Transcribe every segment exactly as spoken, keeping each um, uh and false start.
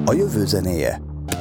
A jövő zenéje.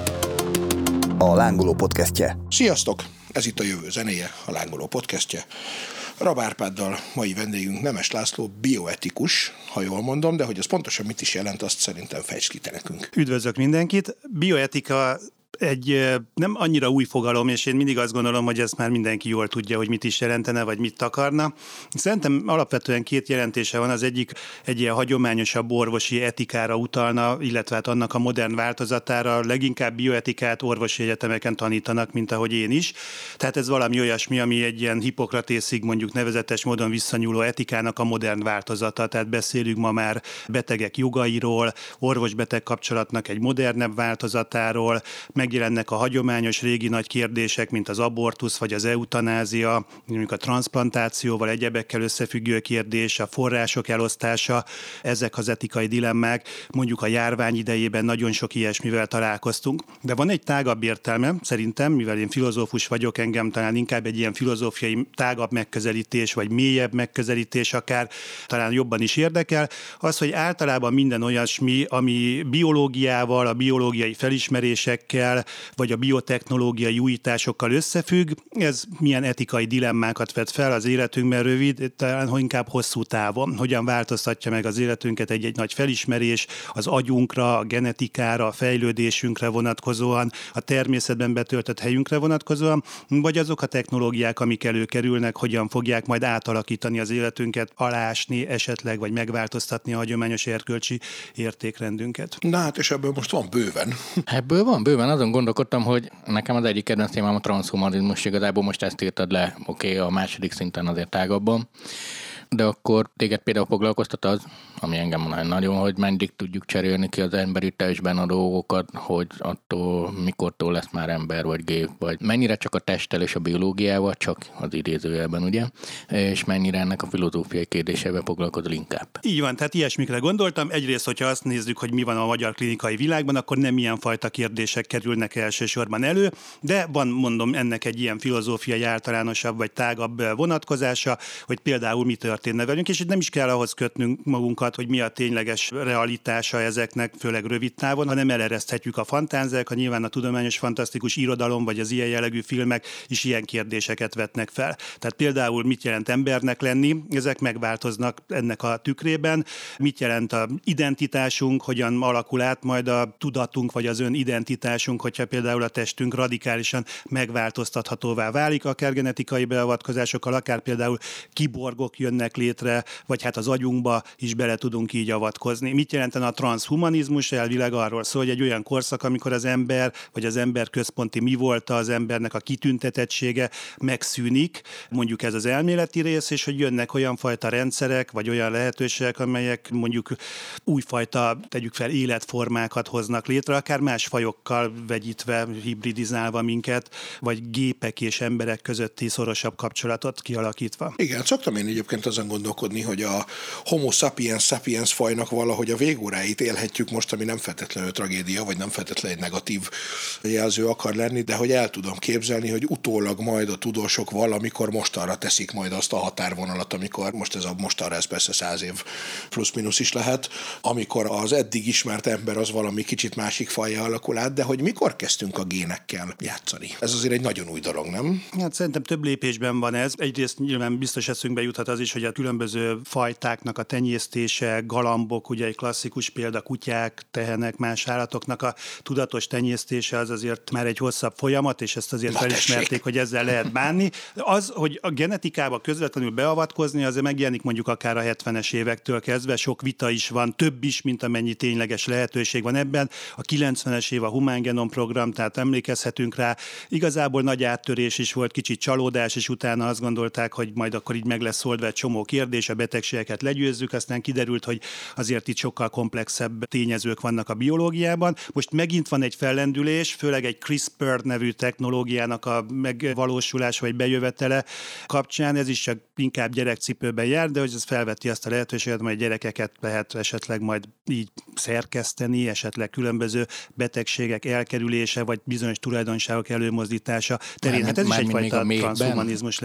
A Lángoló podcastje. Sziasztok! Ez itt a Jövő zenéje, a Lángoló podcastje. Rab Árpáddal mai vendégünk Nemes László, bioetikus, ha jól mondom, de hogy ez pontosan mit is jelent, azt szerintem fejtsd ki te nekünk. Üdvözlök mindenkit! Bioetika egy nem annyira új fogalom, és én mindig azt gondolom, hogy ezt már mindenki jól tudja, hogy mit is jelentene, vagy mit akarna. Szerintem alapvetően két jelentése van. Az egyik egy ilyen hagyományosabb orvosi etikára utalna, illetve hát annak a modern változatára. Leginkább bioetikát orvosi egyetemeken tanítanak, mint ahogy én is. Tehát ez valami olyasmi, ami egy ilyen Hippokratészig mondjuk nevezetes módon visszanyúló etikának a modern változata. Tehát beszélünk ma már betegek jogairól, orvos-beteg kapcsolatnak egy modernebb változatáról, megjelennek a hagyományos régi nagy kérdések, mint az abortusz vagy az eutanázia, mondjuk a transzplantációval, egyebekkel összefüggő kérdés, a források elosztása, ezek az etikai dilemmák, mondjuk a járvány idejében nagyon sok ilyesmivel találkoztunk. De van egy tágabb értelme, szerintem, mivel én filozófus vagyok, engem talán inkább egy ilyen filozófiai tágabb megközelítés, vagy mélyebb megközelítés akár talán jobban is érdekel, az, hogy általában minden olyasmi, ami biológiával, a biológiai felismerésekkel, vagy a biotechnológiai újításokkal összefügg, ez milyen etikai dilemmákat vet fel az életünkben rövid, talán hogy inkább hosszú távon. Hogyan változtatja meg az életünket egy-egy nagy felismerés az agyunkra, a genetikára, a fejlődésünkre vonatkozóan, a természetben betöltött helyünkre vonatkozóan, vagy azok a technológiák, amik előkerülnek, hogyan fogják majd átalakítani az életünket, alásni esetleg, vagy megváltoztatni a hagyományos erkölcsi értékrendünket. Na hát, és ebből most van bőven. Ebből van bőven, azon gondolkodtam, hogy nekem az egyik kedvenc témám a transhumanizmus, igazából most ezt írtad le, oké, okay, a második szinten azért tágabban, de akkor téged például foglalkoztat az, ami engem nagyon, hogy mennyit tudjuk cserélni ki az emberi testben a dolgokat, hogy attól mikortól lesz már ember vagy gép, vagy mennyire csak a testtel és a biológiával, csak az idézőjelben, ugye, és mennyire ennek a filozófiai kérdésével foglalkozol inkább. Így van, tehát ilyesmikre gondoltam. Egyrészt, hogyha azt nézzük, hogy mi van a magyar klinikai világban, akkor nem ilyen fajta kérdések kerülnek elsősorban elő, de van, mondom, ennek egy ilyen filozófiai általánosabb vagy tágabb vonatkozása, hogy például mi történne velünk, és itt nem is kell ahhoz kötnünk magunkat, hogy mi a tényleges realitása ezeknek, főleg rövid távon, hanem elereszthetjük a fantáziákat, nyilván a tudományos fantasztikus irodalom, vagy az ilyen jellegű filmek is ilyen kérdéseket vetnek fel. Tehát például mit jelent embernek lenni, ezek megváltoznak ennek a tükrében, mit jelent a identitásunk, hogyan alakul át majd a tudatunk, vagy az önidentitásunk, hogyha például a testünk radikálisan megváltoztathatóvá válik, akár genetikai beavatkozásokkal, akár például kiborgok jönnek létre, vagy hát az agyunkba is bele tudunk így avatkozni. Mit jelentene a transhumanizmus? Elvileg arról szól, hogy egy olyan korszak, amikor az ember, vagy az ember központi mi volt az embernek a kitüntetettsége megszűnik, mondjuk ez az elméleti rész, és hogy jönnek olyan fajta rendszerek, vagy olyan lehetőségek, amelyek mondjuk újfajta, tegyük fel, életformákat hoznak létre, akár más fajokkal vegyítve, hibridizálva minket, vagy gépek és emberek közötti szorosabb kapcsolatot kialakítva. Igen, szoktam én egyébként azon gondolkodni, hogy a homo sapiens sapiens fajnak valahogy a végóráit élhetjük most, ami nem feltétlenül tragédia, vagy nem feltétlenül egy negatív jelző akar lenni, de hogy el tudom képzelni, hogy utólag majd a tudósok valamikor mostanra teszik majd azt a határvonalat, amikor most ez a mostanra, ez persze száz év plusz-minusz is lehet, amikor az eddig ismert ember az valami kicsit másik fajjá alakul át, de hogy mikor kezdtünk a génekkel játszani? Ez azért egy nagyon új dolog, nem? Hát szerintem több lépésben van ez. Egyrészt nyilván biztos eszünkbe juthat az is, hogy a különböző fajtáknak a tenyésztése, galambok, ugye egy klasszikus példa, kutyák, tehenek, más állatoknak a tudatos tenyésztése az azért már egy hosszabb folyamat, és ezt azért Na, felismerték, tessék. hogy ezzel lehet bánni. Az, hogy a genetikába közvetlenül beavatkozni, azért megjelenik mondjuk akár a hetvenes évektől kezdve, sok vita is van, több is, mint amennyi tényleges lehetőség van ebben. A kilencvenes év a Human Genome Program, tehát emlékezhetünk rá, igazából nagy áttörés is volt, kicsit csalódás, és utána azt gondolták, hogy majd akkor így meg lesz oldva egy csomó kérdés, a betegségeket legyőzzük, aztán kiderült, hogy azért itt sokkal komplexebb tényezők vannak a biológiában. Most megint van egy fellendülés, főleg egy CRISPR nevű technológiának a megvalósulása vagy bejövetele kapcsán, ez is csak inkább gyerekcipőben jár, de hogy ez felveti azt a lehetőséget, hogy gyerekeket lehet esetleg majd így szerkeszteni, esetleg különböző betegségek elkerülése, vagy bizonyos tulajdonságok előmozdítása terén. Hát ez is egyfajta transhumanizmus lehet.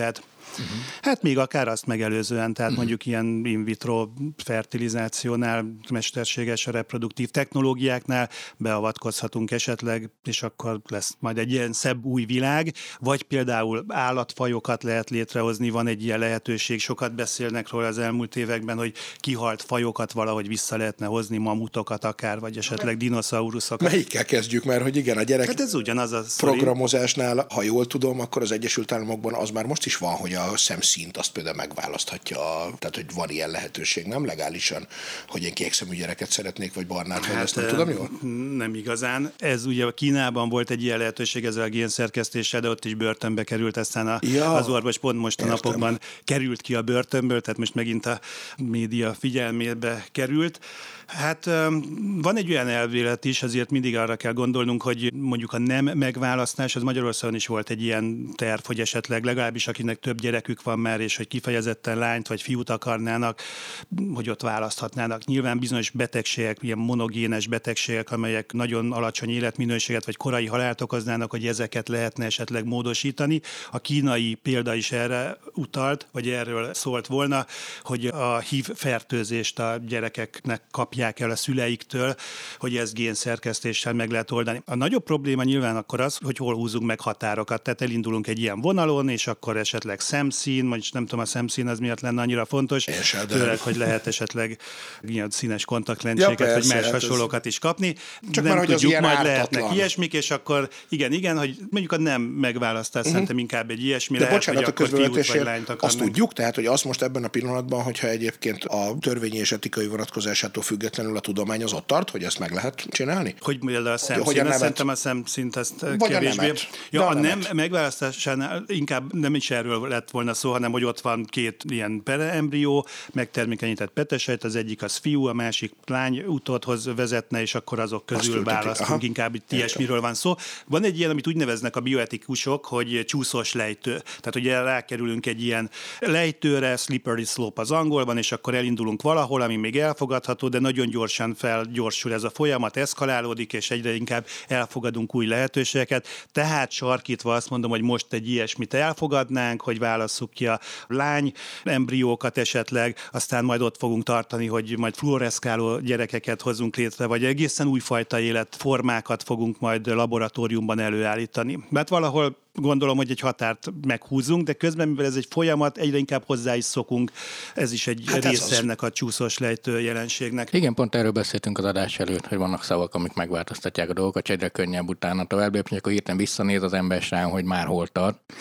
Uh-huh. Hát még akár azt megelőzően, tehát uh-huh. mondjuk ilyen in vitro fertilizációnál, mesterséges reproduktív technológiáknál beavatkozhatunk esetleg, és akkor lesz majd egy ilyen szebb új világ, vagy például állatfajokat lehet létrehozni, van egy ilyen lehetőség, sokat beszélnek róla az elmúlt években, hogy kihalt fajokat valahogy vissza lehetne hozni, mamutokat akár, vagy esetleg dinoszauruszokat. Melyikkel kezdjük, mert hogy igen, a gyerek hát ez ugyanaz a programozásnál, ha jól tudom, akkor az Egyesült Államokban az már most is van, hogy a szemszínt azt például megválaszthatja, tehát hogy van ilyen lehetőség, nem legálisan, hogy én kékszemű gyereket szeretnék, vagy barnát, vagy hát, ezt nem tudom jól? Nem igazán. Ez ugye Kínában volt egy ilyen lehetőség ezzel a génszerkesztéssel, de ott is börtönbe került, aztán a, ja, az orvos pont most a értem. napokban került ki a börtönből, tehát most megint a média figyelmébe került. Hát van egy olyan elvélet is, azért mindig arra kell gondolnunk, hogy mondjuk a nem megválasztás, az Magyarországon is volt egy ilyen terv, hogy esetleg legalábbis akinek több gyerekük van már, és hogy kifejezetten lányt vagy fiút akarnának, hogy ott választhatnának. Nyilván bizonyos betegségek, ilyen monogénes betegségek, amelyek nagyon alacsony életminőséget vagy korai halált okoznának, hogy ezeket lehetne esetleg módosítani. A kínai példa is erre utalt, vagy erről szólt volna, hogy a hív fertőzést a gyerekeknek kapják el a szüleiktől, hogy ez génszerkesztéssel meg lehet oldani. A nagyobb probléma nyilván akkor az, hogy hol húzunk meg határokat. Tehát elindulunk egy ilyen vonalon, és akkor esetleg szemszín, vagy nem tudom, a szemszín az miatt lenne annyira fontos, főleg, hogy lehet esetleg ilyen színes kontaktlencséket, ja, vagy más hasonlókat is kapni. Csak nem már, tudjuk, hogy majd ártatlan. lehetnek ilyesmik, és akkor igen, igen, hogy mondjuk a nem megválasztás uh-huh. szerintem inkább egy ilyesmi de lehet, bocsánat, hogy a közvetítésért akarnak. azt tudjuk, tehát, hogy azt most ebben a pillanatban, hogyha egyébként a törvényi és etikai vonatkozásától függetlenül a tudomány az ott tart, hogy ezt meg lehet csinálni? Hogy például a szemszín, a szerintem a szemszínt ezt vagy kevésbé. A ja, a, a nem megválasztásánál inkább nem is erről lett volna szó, hanem hogy ott van két ilyen pereembrió, megtermékenyített petesejt, az egyik az fiú, a másik lány utódhoz vezetne, és akkor azok közül választunk, inkább itt ilyesmiről van szó. Van egy ilyen, amit úgy neveznek a bioetikusok, hogy csúszós lejtő. Tehát ugye rákerülünk egy ilyen lejtőre, slippery slope az angolban, és akkor elindulunk valahol, ami még elfogadható, de nagyon gyorsan felgyorsul ez a folyamat, eszkalálódik, és egyre inkább elfogadunk új lehetőségeket. Tehát sarkítva azt mondom, hogy most egy ilyesmit elfogadnánk, hogy válasszuk ki a lány embriókat esetleg, aztán majd ott fogunk tartani, hogy majd fluoreszkáló gyerekeket hozunk létre, vagy egészen újfajta életformákat fogunk majd laboratóriumban előállítani. Mert valahol gondolom, hogy egy határt meghúzunk, de közben, mivel ez egy folyamat, egyre inkább hozzá is szokunk. Ez is egy hát része ennek a csúszós lejtő jelenségnek. Igen, pont erről beszéltünk az adás előtt, hogy vannak szavak, amik megváltoztatják a dolgokat, egyre könnyebb utána tovább lépni, akkor hirtelen visszanéz az ember rá, hogy már hol tart.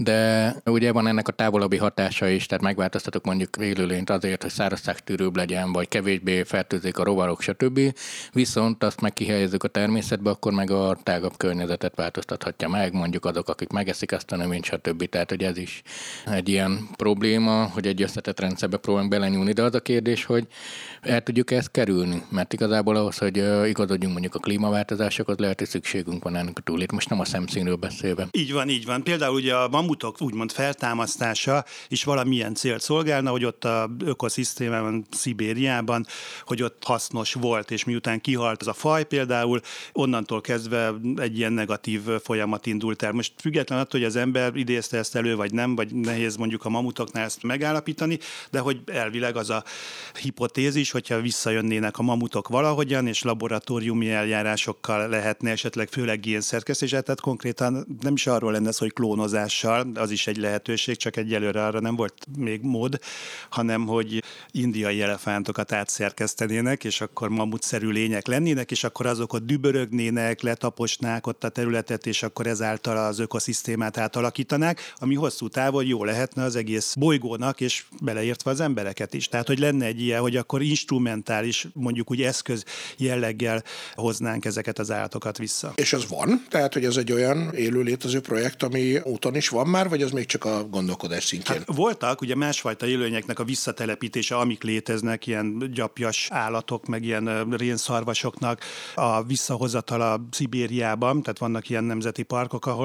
De ugye van ennek a távolabbi hatása is, tehát megváltoztatok mondjuk élőlényt azért, hogy szárazságtűrőbb legyen, vagy kevésbé fertőzik a rovarok, stb. Viszont azt meg kihelyezzük a természetbe, akkor meg a tágabb környezetet változtathatja meg, mondjuk azok, akik megeszik azt a növényt, stb. Tehát, hogy ez is egy ilyen probléma, hogy egy összetett rendszerbe próbálunk belenyúlni, de az a kérdés, hogy el tudjuk ezt kerülni, mert igazából ahhoz, hogy igazodjunk mondjuk a klímaváltozásokhoz, lehet, hogy szükségünk van ennek a túlét. Most nem a szemszínről beszélve. Így van, így van. Például ugye a mamutok úgymond feltámasztása is valamilyen célt szolgálna, hogy ott a ökoszisztémában, Szibériában, hogy ott hasznos volt, és miután kihalt az a faj például, onnantól kezdve egy ilyen negatív folyamat indult el. Most független attól, hogy az ember idézte ezt elő, vagy nem, vagy nehéz mondjuk a mamutoknál ezt megállapítani, de hogy elvileg az a hipotézis, hogyha visszajönnének a mamutok valahogyan, és laboratóriumi eljárásokkal lehetne esetleg főleg génszerkesztéssel, tehát konkrétan nem is arról lenne szó, hogy klónozással, az is egy lehetőség, csak egyelőre arra nem volt még mód, hanem hogy indiai elefántokat átszerkesztenének, és akkor mamutszerű lények lennének, és akkor azok ott dübörögnének, letaposnák ott a területet, és akkor ezáltal az ökoszisztémát átalakítanák, ami hosszú távon jó lehetne az egész bolygónak, és beleértve az embereket is. Tehát, hogy lenne egy ilyen, hogy akkor instrumentális, mondjuk úgy eszköz jelleggel hoznánk ezeket az állatokat vissza. És az van? Tehát, hogy ez egy olyan élő létező projekt, ami úton is van már, vagy az még csak a gondolkodás szintjén? Hát voltak ugye másfajta élőlényeknek a visszatelepítése, amik léteznek, ilyen gyapjas állatok, meg ilyen rénszarvasoknak a visszahozatala Szibériában, tehát vannak ilyen nemzeti parkok, ahol, és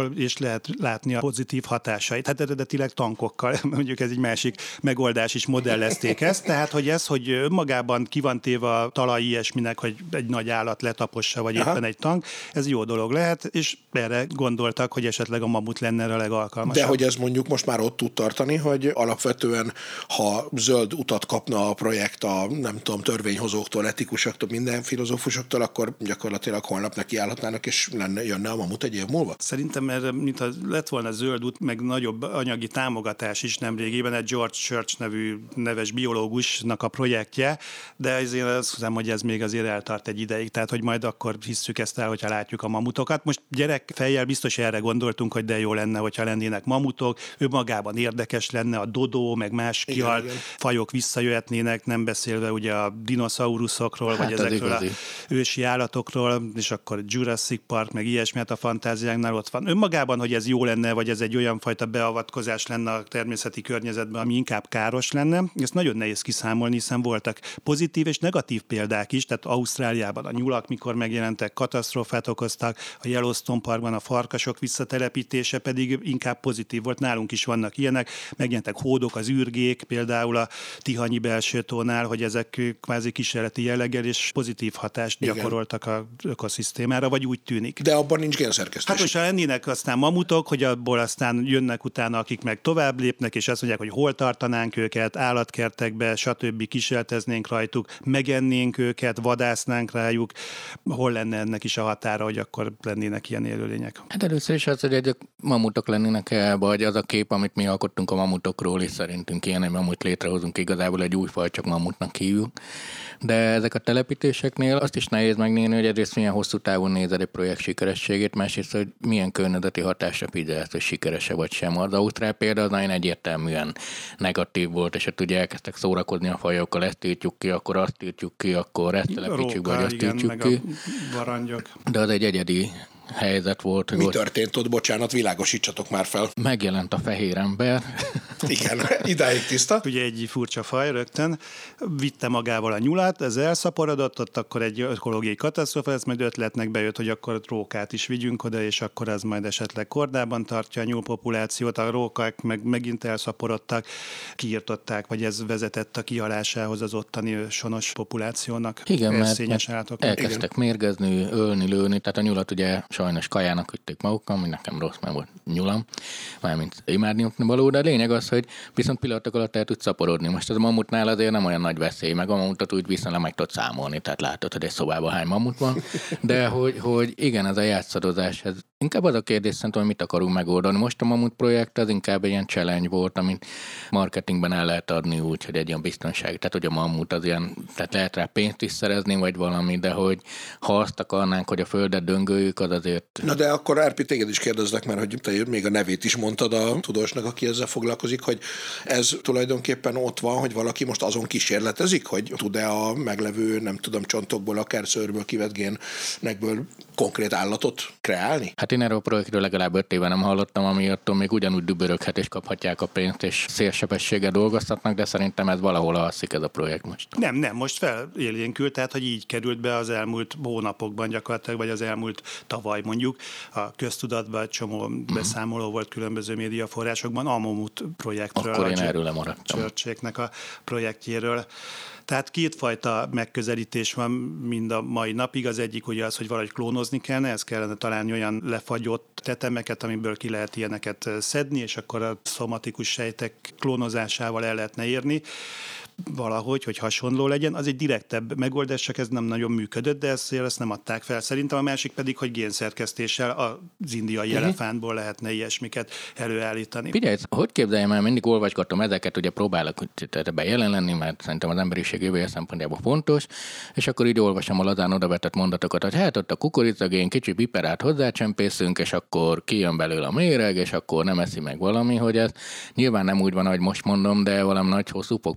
lehet látni a pozitív hatásait. Hát eredetileg tankokkal, mondjuk ez egy másik megoldás is modellezték ezt, tehát hogy ez, hogy önmagában ki van téve a talaj ilyesminek, hogy egy nagy állat letapossa, vagy Aha. éppen egy tank, ez jó dolog lehet, és erre gondoltak, hogy esetleg a mamut lenne a legalkalmasabb. De hogy ez mondjuk most már ott tud tartani, hogy alapvetően, ha zöld utat kapna a projekt a, nem tudom, törvényhozóktól, etikusoktól, minden filozófusoktól, akkor gyakorlatilag holnap nekiállhatnának, és lenne, jönne a mamut egy év múlva? Szerintem erre, mintha lett volna zöld út, meg nagyobb anyagi támogatás is nemrégében, egy George Church nevű neves biológusnak a projektje, de azért azt hiszem, hogy ez még azért eltart egy ideig, tehát hogy majd akkor hisszük ezt el, hogyha látjuk a mamutokat. Most gyerekfejjel biztos erre gondoltunk, hogy de jó lenne, hogyha lennének mamutok, ő magában érdekes lenne, a dodó, meg más kihalt fajok visszajöhetnének, nem beszélve ugye a dinoszauruszokról, hát vagy ezekről a ősi állatokról, és akkor Jurassic Park, meg ilyesmi, hát a fantáziánknál ott van. Önmagában, hogy ez jó lenne, vagy ez egy olyan fajta beavatkozás lenne a természeti környezetben, ami inkább káros lenne, ezt nagyon nehéz kiszámolni, hiszen voltak pozitív és negatív példák is, tehát Ausztráliában a nyulak, mikor megjelentek, katasztrófát okoztak, a Yellowstone Parkban a farkasok visszatelepítése pedig inkább pozitív volt. Nálunk is vannak ilyenek, megjelentek hódok, az űrgék, például a Tihanyi belsőtónál, hogy ezek kvázi kísérleti jelleggel és pozitív hatást Igen. gyakoroltak az ökoszisztémára, vagy úgy tűnik. De abban nincs génszerkesztés. Hát most ha lennének aztán mamutok, hogy abból aztán jönnek utána, akik meg tovább lépnek, és azt mondják, hogy hol tartanánk őket, állatkertekbe, stb. Kísérleteznénk rajtuk, megennénk őket, vadásznánk rájuk, hol lenne ennek is a határa, hogy akkor lennének ilyen élőlények? Hát először is az, hogy egy mamutok lennének el, vagy az a kép, amit mi alkottunk a mamutokról, és szerintünk ilyen egy mamut létrehozunk, igazából egy új faj, csak mamutnak hívjuk. De ezek a telepítéseknél azt is nehéz megnézni, hogy egyrészt milyen hosszú távon nézed egy projekt sikerességét, másrészt, hogy milyen környezeti hatásra figyelsz, hogy sikeres-e vagy sem. Az Ausztrál példa az nagyon egyértelműen negatív volt, és hát ugye elkezdtek szórakozni a fajokkal, ezt tiltjuk ki, akkor azt tiltjuk ki, akkor ezt telepítsük, vagy azt tiltjuk ki. Varangyok. De az egy egyedi helyzet volt. Mi történt ott? Bocsánat, világosítsatok már fel. Megjelent a fehér ember. Igen, idáig tiszta. Ugye egy furcsa faj rögtön, vitte magával a nyulat, ez elszaporodott, ott akkor egy ökológiai katasztrófa, ez majd ötletnek bejött, hogy akkor rókát is vigyünk oda, és akkor ez majd esetleg kordában tartja a nyúlpopulációt, a rókák meg megint elszaporodtak, kiirtották, vagy ez vezetett a kihalásához az ottani őshonos populációnak. Igen, mert elkezdtek Igen. mérgezni, ölni, lőni, tehát a nyulat ugye sajnos kajának vitték magukkal, ami nekem rossz, mert volt nyulam, mármint imádni való, de a lényeg az, hogy viszont pillanatok alatt el tud szaporodni. Most az a mamutnál azért nem olyan nagy veszély, meg a mamutot úgy viszonylag meg tud számolni, tehát látod, hogy egy szobában hány mamut van, de hogy, hogy igen, ez a játszadozás, ez inkább az a kérdés szerintem, hogy mit akarunk megoldani. Most a mamut projekt az inkább egy ilyen challenge volt, amit marketingben el lehet adni úgy, hogy egy ilyen biztonság, tehát hogy a mamut az ilyen, tehát lehet rá pénzt is szerezni, vagy valami, de hogy ha azt akarnánk, hogy a földet döngöljük, az azért... Na de akkor Árpi, téged is kérdezlek, mert hogy te még a nevét is mondtad a tudósnak, aki ezzel foglalkozik, hogy ez tulajdonképpen ott van, hogy valaki most azon kísérletezik, hogy tud-e a meglevő, nem tudom, csontokból, akár szőrből kivett génekből konkrét állatot kreálni? Hát én erről a projektről legalább öt éve nem hallottam, ami attól még ugyanúgy düböröghet és kaphatják a pénzt, és szélsebességgel dolgoztatnak, de szerintem ez valahol alszik ez a projekt most. Nem, nem, most felélénkült, tehát hogy így került be az elmúlt hónapokban gyakorlatilag, vagy az elmúlt tavaly mondjuk a köztudatban egy csomó beszámoló volt különböző médiaforrásokban a mamut projektről. Akkor én erről lemaradtam. Church-éknek a projektjéről. Tehát kétfajta megközelítés van mind a mai napig. Az egyik ugye az, hogy valahogy klónozni kellene, ez kellene találni olyan lefagyott tetemeket, amiből ki lehet ilyeneket szedni, és akkor a szomatikus sejtek klónozásával el lehetne érni valahogy, hogy hasonló legyen. Az egy direktebb megoldás, csak ez nem nagyon működött, de ezt, ezt nem adták fel. Szerintem a másik pedig, hogy génszerkesztéssel az indiai uh-huh. elefántból lehetne ilyesmiket előállítani. Figyelj, hogy képzeljem el, mindig olvasgatom ezeket, ugye próbálok ebben jelen lenni, mert szerintem az emberiség jövője szempontjából fontos, és akkor így olvasom a lazán odavetett mondatokat, hogy hát ott a kukoricagén kicsi piperát hozzácsempészünk, és akkor kijön belőle a méreg, és akkor nem eszi meg valami, hogy ez nyilván nem úgy van, ahogy most mondom, de valami nagy hosszú fogpiszkáló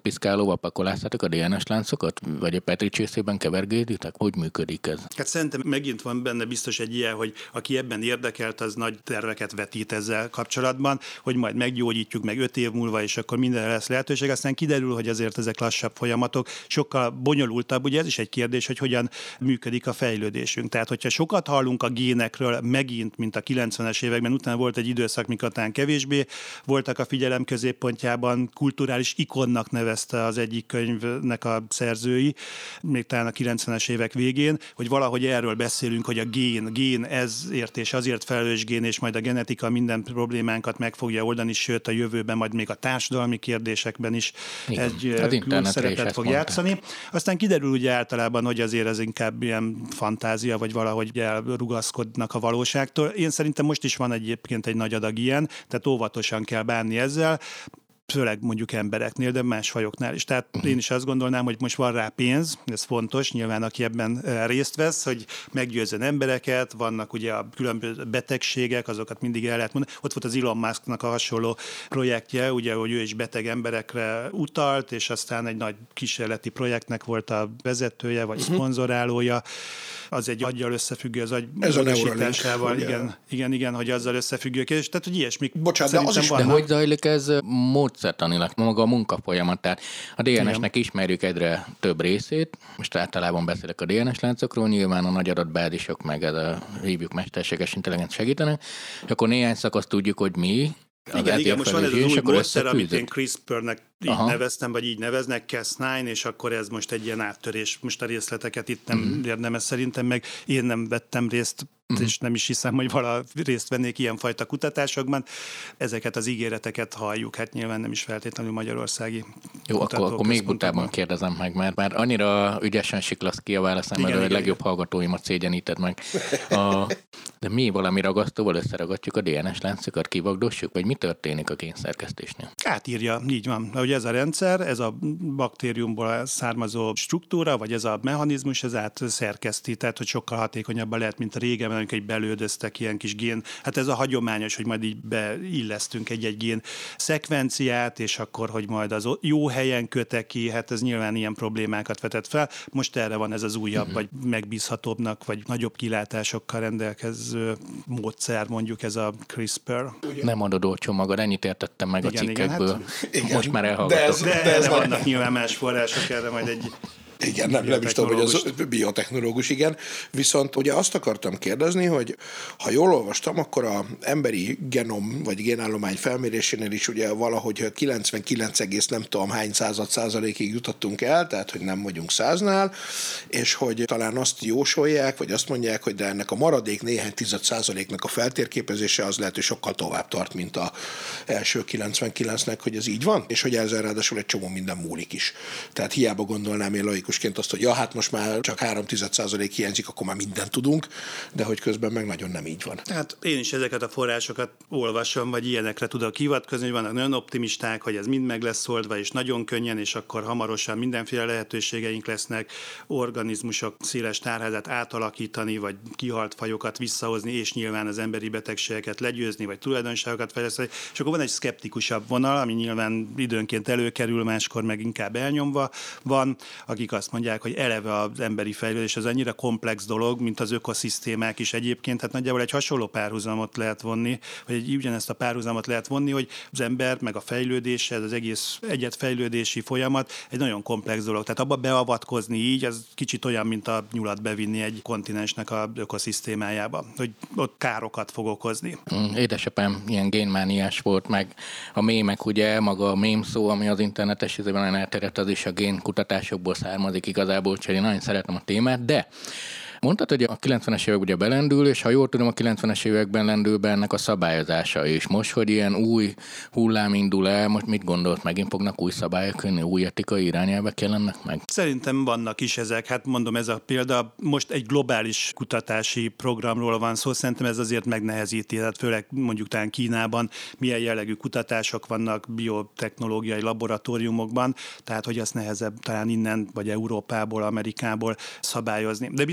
szóval pakoláztatok a dé en es láncokat? Vagy a Petri csészében kevergéditek? Hogy működik ez? Hát szerintem megint van benne biztos egy ilyen, hogy aki ebben érdekelt, az nagy terveket vetít ezzel kapcsolatban, hogy majd meggyógyítjuk meg öt év múlva, és akkor mindenre lesz lehetőség. Aztán kiderül, hogy azért ezek lassabb folyamatok, sokkal bonyolultabb. Ugye ez is egy kérdés, hogy hogyan működik a fejlődésünk. Tehát, hogyha sokat hallunk a génekről megint, mint a kilencvenes években, utána volt egy időszak, mikor talán kevésbé voltak a figyelem középpontjában, kulturális ikonnak nevezte az egyik könyvnek a szerzői, még talán a kilencvenes évek végén, hogy valahogy erről beszélünk, hogy a gén, gén ezért és azért felelős gén, és majd a genetika minden problémánkat meg fogja oldani, sőt a jövőben majd még a társadalmi kérdésekben is igen, egy kulcs szerepet fog mondták. játszani. Aztán kiderül ugye általában, hogy azért ez inkább ilyen fantázia, vagy valahogy elrugaszkodnak a valóságtól. Én szerintem most is van egyébként egy nagy adag ilyen, tehát óvatosan kell bánni ezzel, főleg mondjuk embereknél, de más fajoknál is. Tehát uh-huh. én is azt gondolnám, hogy most van rá pénz, ez fontos, nyilván aki ebben részt vesz, hogy meggyőzzön embereket, vannak ugye a különböző betegségek, azokat mindig el lehet mondani. Ott volt az Elon Musknak a hasonló projektje, ugye, hogy ő is beteg emberekre utalt, és aztán egy nagy kísérleti projektnek volt a vezetője, vagy uh-huh. szponzorálója. Az egy aggyal összefüggő, az agy módosításával, igen, igen, igen, hogy azzal összefüggő kérdés. Tehát, hogy ilyesmik. Bocsánat, de az is de hogy zajlik ez módszertanilag, maga a munkafolyamat? Tehát a dé en es-nek ismerjük egyre több részét, most általában beszélek a dé en es láncokról, nyilván a nagy adatbázisok, meg ez a hívjuk mesterséges intelligenc segítenek, és akkor néhány szakaszt tudjuk, hogy mi. Igen, igen, most van ez az új módszer, amit én CRISPR-nek így Aha. neveztem, vagy így neveznek, Cas kilenc, és akkor ez most egy ilyen áttörés. Most a részleteket itt nem uh-huh. érdemes szerintem, meg én nem vettem részt, uh-huh. és nem is hiszem, hogy vala részt vennék ilyenfajta kutatásokban. Ezeket az ígéreteket halljuk, hát nyilván nem is feltétlenül magyarországi Jó, akkor, akkor még butában kérdezem meg, mert már annyira ügyesen siklasz ki a válaszám, mert a legjobb hallgatóimat szégyeníted meg. A, de mi valami ragasztóval összeragadjuk a dé en es láncokat, kivagdossuk, vagy mi történik a génszerkesztésnél? Átírja, így van. Hogy ez a rendszer, ez a baktériumból származó struktúra, vagy ez a mechanizmus, ez átszerkeszti, tehát hogy sokkal hatékonyabban lehet, mint a régen, amikor egy belődöztek ilyen kis gén. Hát ez a hagyományos, hogy majd így beillesztünk egy-egy gén szekvenciát, és akkor, hogy majd az jó helyen kötek ki, hát ez nyilván ilyen problémákat vetett fel. Most erre van ez az újabb, uh-huh. vagy megbízhatóbbnak, vagy nagyobb kilátásokkal rendelkező módszer, mondjuk ez a CRISPR. Nem adod olcsó magad, ennyit értettem meg igen, a cikkekből. Igen, hát, igen. Most már elhallgatok. De, ez, de, de ez vannak nyilván más források, erre majd egy... Igen, nem, nem is tudom, hogy az biotechnológus, igen. Viszont ugye azt akartam kérdezni, hogy ha jól olvastam, akkor az emberi genom vagy génállomány felmérésénél is ugye valahogy kilencvenkilenc egész nem tudom hány század százalékig jutottunk el, tehát hogy nem vagyunk száznál, és hogy talán azt jósolják, vagy azt mondják, hogy de ennek a maradék néhány tized százaléknak a feltérképezése az lehet, hogy sokkal tovább tart, mint az első kilencvenkilencnek, hogy ez így van, és hogy ezzel ráadásul egy csomó minden múlik is. Tehát hiába gondolnám én laikusként azt, hogy ja, hát most már csak három tized százalék hiányzik, akkor már mindent tudunk, de hogy közben meg nagyon nem így van. Hát én is ezeket a forrásokat olvasom, vagy ilyenekre tudok hivatkozni, hogy vannak nagyon optimisták, hogy ez mind meg lesz oldva, és nagyon könnyen, és akkor hamarosan mindenféle lehetőségeink lesznek, organizmusok széles tárházát átalakítani, vagy kihalt fajokat visszahozni, és nyilván az emberi betegségeket legyőzni, vagy tulajdonságokat fejleszteni. És akkor van egy szkeptikusabb vonal, ami nyilván időnként előkerül, máskor meg inkább elnyomva van, akik azt mondják, hogy eleve az emberi fejlődés az annyira komplex dolog, mint az ökoszisztémák is egyébként, hát nagyjából egy hasonló párhuzamot lehet vonni, vagy egy ugyanezt a párhuzamot lehet vonni, hogy az ember meg a fejlődése, az egész egyetfejlődési folyamat egy nagyon komplex dolog. Tehát abba beavatkozni így, az kicsit olyan, mint a nyulat bevinni egy kontinensnek a ökoszisztémájába, hogy ott károkat fog okozni. Édesapám ilyen génmániás volt, meg a mémek, ugye, maga a mém szó, ami az internetes izében nagyon elterjedt, az is a génkutatásokból származik igazából, úgyhogy én nagyon szeretem a témát, de mondtad, hogy a kilencvenes évek ugye belendül, és ha jól tudom, a kilencvenes években lendül be ennek a szabályozása is. Most, hogy ilyen új hullám indul el, most mit gondolt, megint fognak új szabályok jönni, új etikai irányelvek jelennek meg? Szerintem vannak is ezek. Hát mondom, ez a példa, most egy globális kutatási programról van szó, szerintem ez azért megnehezíti, tehát főleg mondjuk talán Kínában milyen jellegű kutatások vannak biotechnológiai laboratóriumokban, tehát hogy azt nehezebb talán innen, vagy Európából, Amerikából szabályozni. De biztos, hogy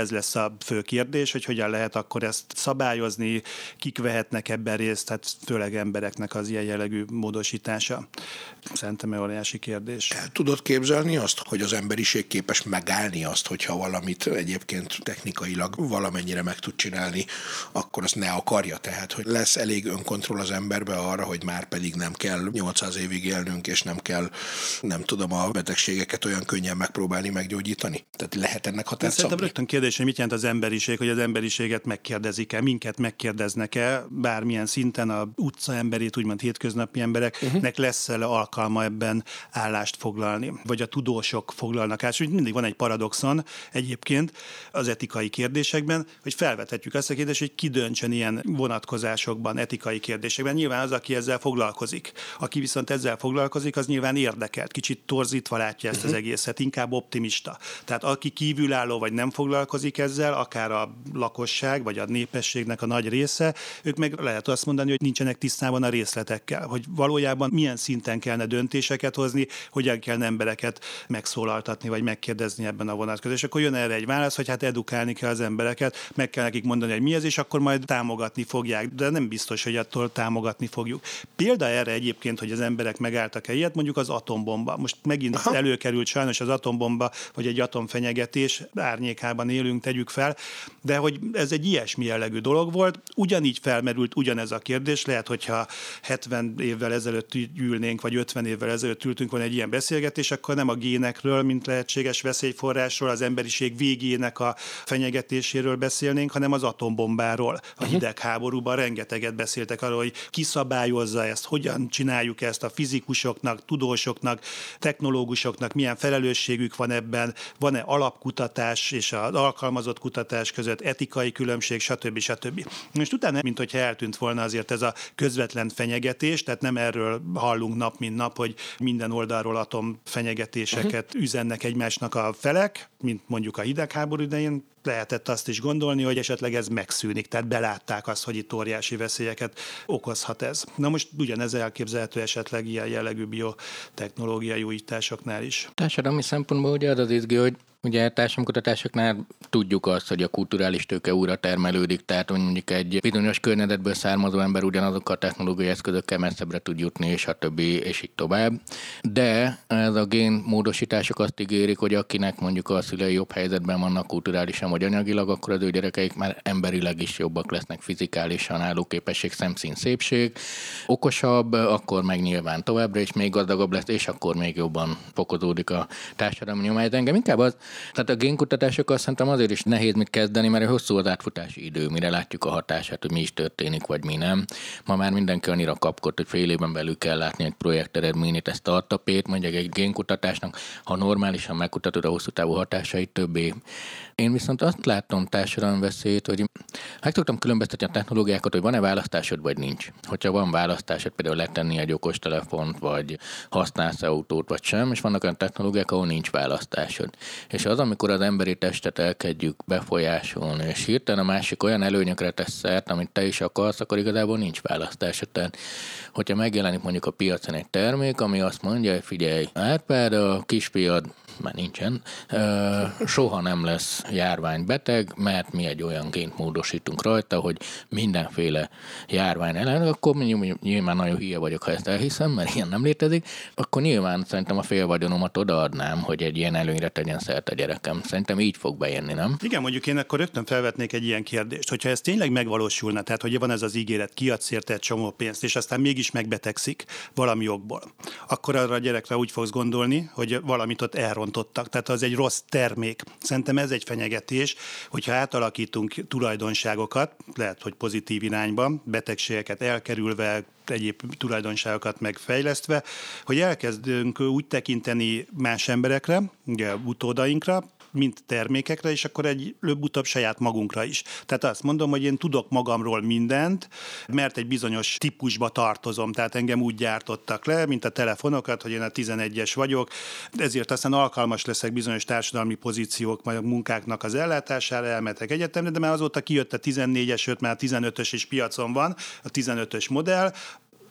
ez lesz a fő kérdés, hogy hogyan lehet akkor ezt szabályozni, kik vehetnek ebben részt, tehát főleg embereknek az ilyen jellegű módosítása. Szerintem óriási kérdés. El tudod képzelni azt, hogy az emberiség képes megállni azt, hogyha valamit egyébként technikailag valamennyire meg tud csinálni, akkor azt ne akarja. Tehát, hogy lesz elég önkontroll az emberbe arra, hogy már pedig nem kell nyolcszáz évig élnünk, és nem kell, nem tudom, a betegségeket olyan könnyen megpróbálni meggyógyítani. Tehát lehet ennek határt szabni? Szerintem rögtön kérdés, hogy mit jelent az emberiség, hogy az emberiséget megkérdezik-e, minket megkérdeznek-e, bármilyen szinten a utca emberét, úgymond hétköznapi embereknek uh-huh. lesz-e alkalma ebben állást foglalni, vagy a tudósok foglalnak át. És mindig van egy paradoxon egyébként az etikai kérdésekben, hogy felvethetjük azt a kérdést, hogy ki döntsön ilyen vonatkozásokban, etikai kérdésekben. Nyilván az, aki ezzel foglalkozik. Aki viszont ezzel foglalkozik, az nyilván érdekelt. Kicsit torzítva látja ezt uh-huh. az egészet, inkább optimista. Tehát aki kívülálló vagy nem foglalkozik ezzel, akár a lakosság, vagy a népességnek a nagy része, ők meg lehet azt mondani, hogy nincsenek tisztában a részletekkel, hogy valójában milyen szinten kellene döntéseket hozni, hogyan kellene embereket megszólaltatni, vagy megkérdezni ebben a vonatkozásban. És akkor jön erre egy válasz, hogy hát edukálni kell az embereket, meg kell nekik mondani, hogy mi ez, és akkor majd támogatni fogják, de nem biztos, hogy attól támogatni fogjuk. Példa erre egyébként, hogy az emberek megálltak-e ilyet, mondjuk az atombomba. Most megint Aha. előkerült sajnos az atombomba, vagy egy atomfenyegetés, árnyékában élünk, tegyük fel, de hogy ez egy ilyesmi jellegű dolog volt, ugyanígy felmerült ugyanez a kérdés, lehet, hogyha hetven évvel ezelőtt ülnénk, vagy ötven évvel ezelőtt ültünk volna egy ilyen beszélgetés, akkor nem a génekről, mint lehetséges veszélyforrásról, az emberiség végének a fenyegetéséről beszélnénk, hanem az atombombáról. A hidegháborúban rengeteget beszéltek arról, hogy ki szabályozza ezt, hogyan csináljuk ezt a fizikusoknak, tudósoknak, technológusoknak, milyen felelősségük van ebben, van-e alapkutatás és az alkalmazott kutatás között etikai különbség, stb. stb. Most utána, mint hogyha eltűnt volna azért ez a közvetlen fenyegetés, tehát nem erről hallunk nap, mint nap, hogy minden oldalról atomfenyegetéseket uh-huh. üzennek egymásnak a felek, mint mondjuk a hidegháború idején, lehetett azt is gondolni, hogy esetleg ez megszűnik, tehát belátták azt, hogy itt óriási veszélyeket okozhat ez. Na most ugyanez elképzelhető esetleg ilyen jellegű biotechnológiai újításoknál is. Társadalmi szempontból ugye az az izgi, hogy ugye társadalomkutatásoknál tudjuk azt, hogy a kulturális tőke újra termelődik, tehát hogy mondjuk egy bizonyos környezetből származó ember ugyanazokkal a technológiai eszközökkel messzebbre tud jutni, és a többi, és így tovább. De ez a génmódosítások azt ígérik, hogy akinek mondjuk a szülei jobb helyzetben vannak kulturálisan vagy anyagilag, akkor az ő gyerekeik már emberileg is jobbak lesznek, fizikálisan, állóképesség, szemszín, szépség. Okosabb, akkor meg nyilván továbbra is még gazdagabb lesz, és akkor még jobban fokozódik a társadalmi nyomány. Engem inkább az, tehát a génkutatásokkal szerintem azért is nehéz mit kezdeni, mert hosszú az átfutási idő, mire látjuk a hatását, hogy mi is történik, vagy mi nem. Ma már mindenki annyira kapkod, hogy fél éven belül kell látni egy projekt eredményét, ezt startupét, mondjuk egy génkutatásnak, ha normálisan megkutatod a hosszú távú hatásait, több év. Én viszont azt látom társadalmi veszélyt, hogy meg tudtam különböztetni a technológiákat, hogy van-e választásod, vagy nincs. Hogyha van választásod, például letenni egy okostelefont, vagy használsz autót, vagy sem, és vannak olyan technológiák, ahol nincs választásod. És az, amikor az emberi testet elkezdjük befolyásolni, és hirtelen a másik olyan előnyökre tesz szert, amit te is akarsz, akkor igazából nincs választásod. Tehát, hogyha megjelenik mondjuk a piacon egy termék, ami azt mondja, hogy figyelj, Árpád, a kisfiad már nincsen, soha nem lesz járványbeteg, mert mi egy olyan gént módosítunk rajta, hogy mindenféle járvány ellen, akkor mondjuk nyilván nagyon hülye vagyok, ha ezt elhiszem, mert ilyen nem létezik, akkor nyilván szerintem a fél vagyonomat odaadnám, hogy egy ilyen előnyre tegyen szert a gyerekem. Szerintem így fog bejönni, nem? Igen, mondjuk én akkor rögtön felvetnék egy ilyen kérdést, hogyha ez tényleg megvalósulna, tehát hogy van ez az ígéret, kiadsz érte egy csomó pénzt, és aztán mégis megbetegszik valami okból, akkor arra a gyerekre úgy fogsz gondolni, hogy valamit ott elrontottak, tehát az egy rossz termék. Szerintem ez egy fenyegetés, hogyha átalakítunk tulajdonságokat, lehet, hogy pozitív irányba, betegségeket elkerülve, egyéb tulajdonságokat megfejlesztve, hogy elkezdünk úgy tekinteni más emberekre, ugye utódainkra, mint termékekre, és akkor egy előbb-utóbb saját magunkra is. Tehát azt mondom, hogy én tudok magamról mindent, mert egy bizonyos típusba tartozom, tehát engem úgy gyártottak le, mint a telefonokat, hogy én a tizenegyes vagyok, ezért aztán alkalmas leszek bizonyos társadalmi pozíciók, majd a munkáknak az ellátására, elmetek egyetemre, de már azóta kijött a tizennégyes, öt, már a tizenötös is piacon van, a tizenötös modell,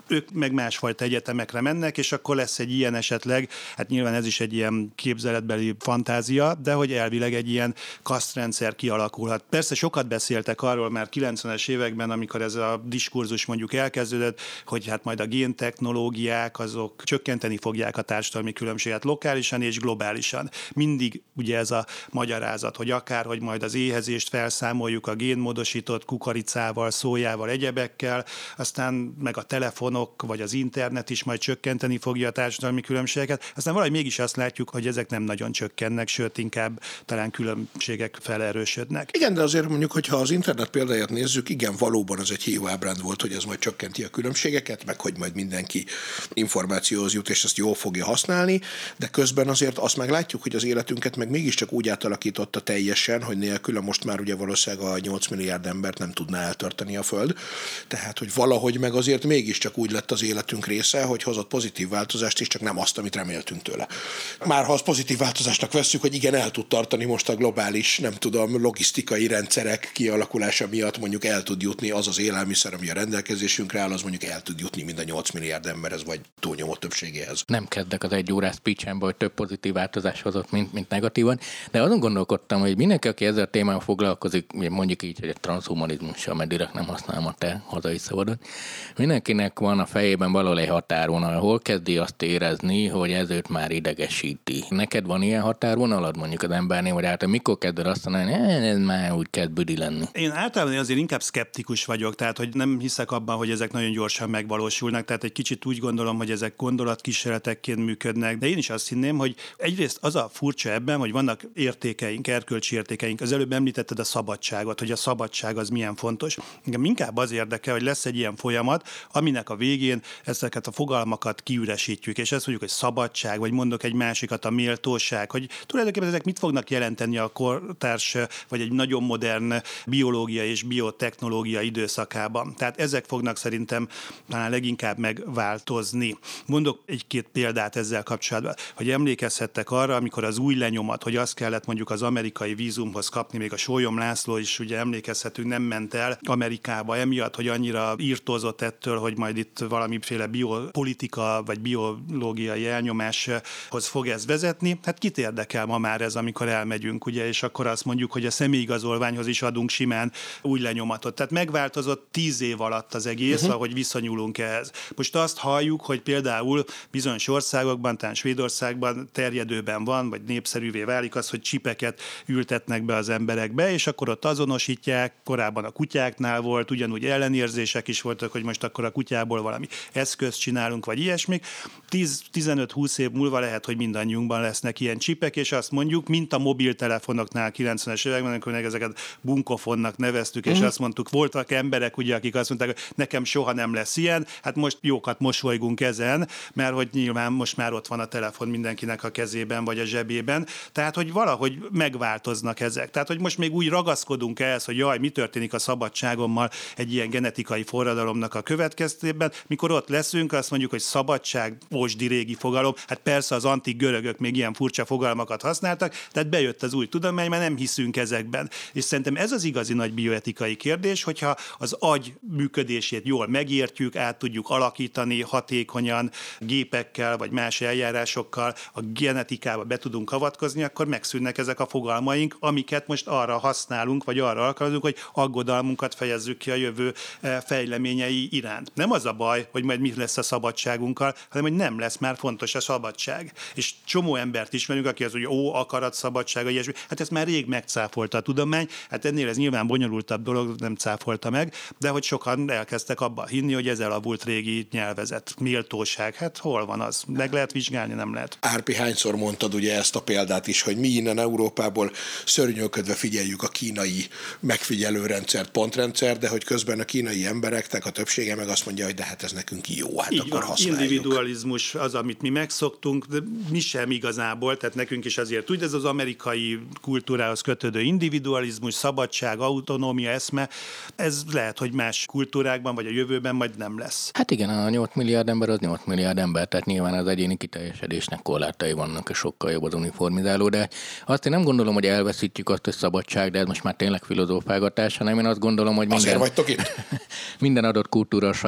ők meg másfajta egyetemekre mennek, és akkor lesz egy ilyen esetleg, hát nyilván ez is egy ilyen képzeletbeli fantázia, de hogy elvileg egy ilyen kasztrendszer kialakulhat. Persze sokat beszéltek arról már kilencvenes években, amikor ez a diskurzus mondjuk elkezdődött, hogy hát majd a géntechnológiák azok csökkenteni fogják a társadalmi különbséget lokálisan és globálisan. Mindig ugye ez a magyarázat, hogy akár, hogy majd az éhezést felszámoljuk a génmódosított kukoricával, szójával, egyebekkel, aztán meg a telefonok vagy az internet is majd csökkenteni fogja a társadalmi különbségeket. Aztán valahogy mégis azt látjuk, hogy ezek nem nagyon csökkennek, sőt inkább talán különbségek felerősödnek. Igen, de azért mondjuk, hogyha az internet példáját nézzük, igen, valóban az egy hiúábránd volt, hogy ez majd csökkenti a különbségeket, meg hogy majd mindenki információhoz jut, és ezt jól fogja használni, de közben azért azt meglátjuk, hogy az életünket meg mégiscsak úgy átalakította teljesen, hogy nélküle most már ugye valószínűleg a nyolc milliárd embert nem tudná eltartani a Föld. Tehát, hogy valahogy meg azért mégiscsak úgy lett az életünk része, hogy hozott pozitív változást, és csak nem azt, amit reméltünk tőle. Már ha az pozitív változásnak vesszük, hogy igen, el tud tartani most a globális, nem tudom, logisztikai rendszerek kialakulása miatt mondjuk el tud jutni az az élelmiszer, ami a rendelkezésünkre áll, az mondjuk el tud jutni mind a nyolc milliárd emberhez, vagy túlnyomó többségéhez. Nem kezdek az egy órás speechembe, hogy több pozitív változás hozott, mint, mint negatívan, de azon gondolkodtam, hogy mindenki, aki ezzel a témával foglalkozik, mondjuk így, hogy egy transhumanizmussal, mert direkt nem használom a te hazai szavadat, mindenkinek van a fejében valahol egy határvonal, hol kezdi azt érezni, hogy ez őt már idegesíti. Neked van ilyen határvonalad mondjuk az embernél, vagy általában mikor kezded azt mondani, hogy ez már úgy kezd büdi lenni? Én általában azért inkább szkeptikus vagyok, tehát hogy nem hiszek abban, hogy ezek nagyon gyorsan megvalósulnak, tehát egy kicsit úgy gondolom, hogy ezek gondolatkísérletekként működnek, de én is azt hinném, hogy egyrészt az a furcsa ebben, hogy vannak értékeink, erkölcsi értékeink. Az előbb említetted a szabadságot, hogy a szabadság az milyen fontos. Engem inkább az érdekel, hogy lesz egy ilyen folyamat, aminek a végén ezeket a fogalmakat kiüresítjük, és ezt mondjuk, hogy szabadság, vagy mondok egy másikat, a méltóság, hogy tulajdonképpen ezek mit fognak jelenteni a kortárs, vagy egy nagyon modern biológia és biotechnológia időszakában. Tehát ezek fognak szerintem talán leginkább megváltozni. Mondok egy-két példát ezzel kapcsolatban, hogy emlékezhettek arra, amikor az új lenyomat, hogy azt kellett mondjuk az amerikai vízumhoz kapni, még a Sólyom László is ugye emlékezhetünk, nem ment el Amerikába emiatt, hogy annyira írtózott ettől, hogy majd itt valamiféle biopolitika vagy biológiai elnyomáshoz fog ez vezetni. Hát kit érdekel ma már ez, amikor elmegyünk, ugye, és akkor azt mondjuk, hogy a személyigazolványhoz is adunk simán új lenyomatot. Tehát megváltozott tíz év alatt az egész, uh-huh. ahogy viszonyulunk ehhez. Most azt halljuk, hogy például bizonyos országokban, talán Svédországban terjedőben van, vagy népszerűvé válik az, hogy csipeket ültetnek be az emberekbe, és akkor ott azonosítják, korábban a kutyáknál volt, ugyanúgy ellenérzések is voltak, hogy most akkor a kutyából valami eszközt csinálunk, vagy ilyesmik. tíz-tizenöt-húsz év múlva lehet, hogy mindannyiunkban lesznek ilyen csipek, és azt mondjuk, mint a mobiltelefonoknál kilencvenes években, amikor ezeket bunkofonnak neveztük, és mm. azt mondtuk, voltak emberek, ugye, akik azt mondták, hogy nekem soha nem lesz ilyen, hát most jókat mosolygunk ezen, mert hogy nyilván most már ott van a telefon mindenkinek a kezében, vagy a zsebében, tehát, hogy valahogy megváltoznak ezek. Tehát, hogy most még úgy ragaszkodunk ehhez, hogy jaj, mi történik a szabadságommal egy ilyen genetikai forradalomnak a következtében, mikor ott leszünk, azt mondjuk, hogy szabadság, ósdi régi fogalom, hát persze az antik görögök még ilyen furcsa fogalmakat használtak, tehát bejött az új tudomány, mert nem hiszünk ezekben. És szerintem ez az igazi nagy bioetikai kérdés, hogyha az agy működését jól megértjük, át tudjuk alakítani hatékonyan, gépekkel vagy más eljárásokkal, a genetikába be tudunk avatkozni, akkor megszűnnek ezek a fogalmaink, amiket most arra használunk, vagy arra alkalmazunk, hogy aggodalmunkat fejezzük ki a jövő fejleményei iránt. Nem az a baj, hogy majd mi lesz a szabadságunkkal, hanem hogy nem lesz már fontos a szabadság. És csomó embert ismerünk, aki az, hogy ó, akarat, szabadsága, ilyesmi. Hát ezt már rég megcáfolta a tudomány, hát ennél ez nyilván bonyolultabb dolog, nem cáfolta meg, de hogy sokan elkezdtek abba hinni, hogy ez elavult régi nyelvezet, méltóság. Hát hol van az? Meg lehet vizsgálni, nem lehet. Árpi, hányszor mondtad ugye ezt a példát is, hogy mi innen Európából szörnyölködve figyeljük a kínai megfigyelőrendszert, pontrendszer, de hogy közben a kínai embereknek a többsége meg azt mondja, hogy de hát ez nekünk jó, hát így akkor van, használjuk. Individualizmus az, amit mi megszoktunk, de mi sem igazából, tehát nekünk is azért úgy, ez az amerikai kultúrához kötődő individualizmus, szabadság, autonómia, eszme, ez lehet, hogy más kultúrákban, vagy a jövőben majd nem lesz. Hát igen, a nyolc milliárd ember az nyolc milliárd ember, tehát nyilván az egyéni kiteljesedésnek korlátai vannak, és sokkal jobb az uniformizáló, de azt én nem gondolom, hogy elveszítjük azt, hogy szabadság, de ez most már tényleg filozófálgatás, hanem én azt gondolom, hogy minden, vagytok itt? minden adott kultúra a saját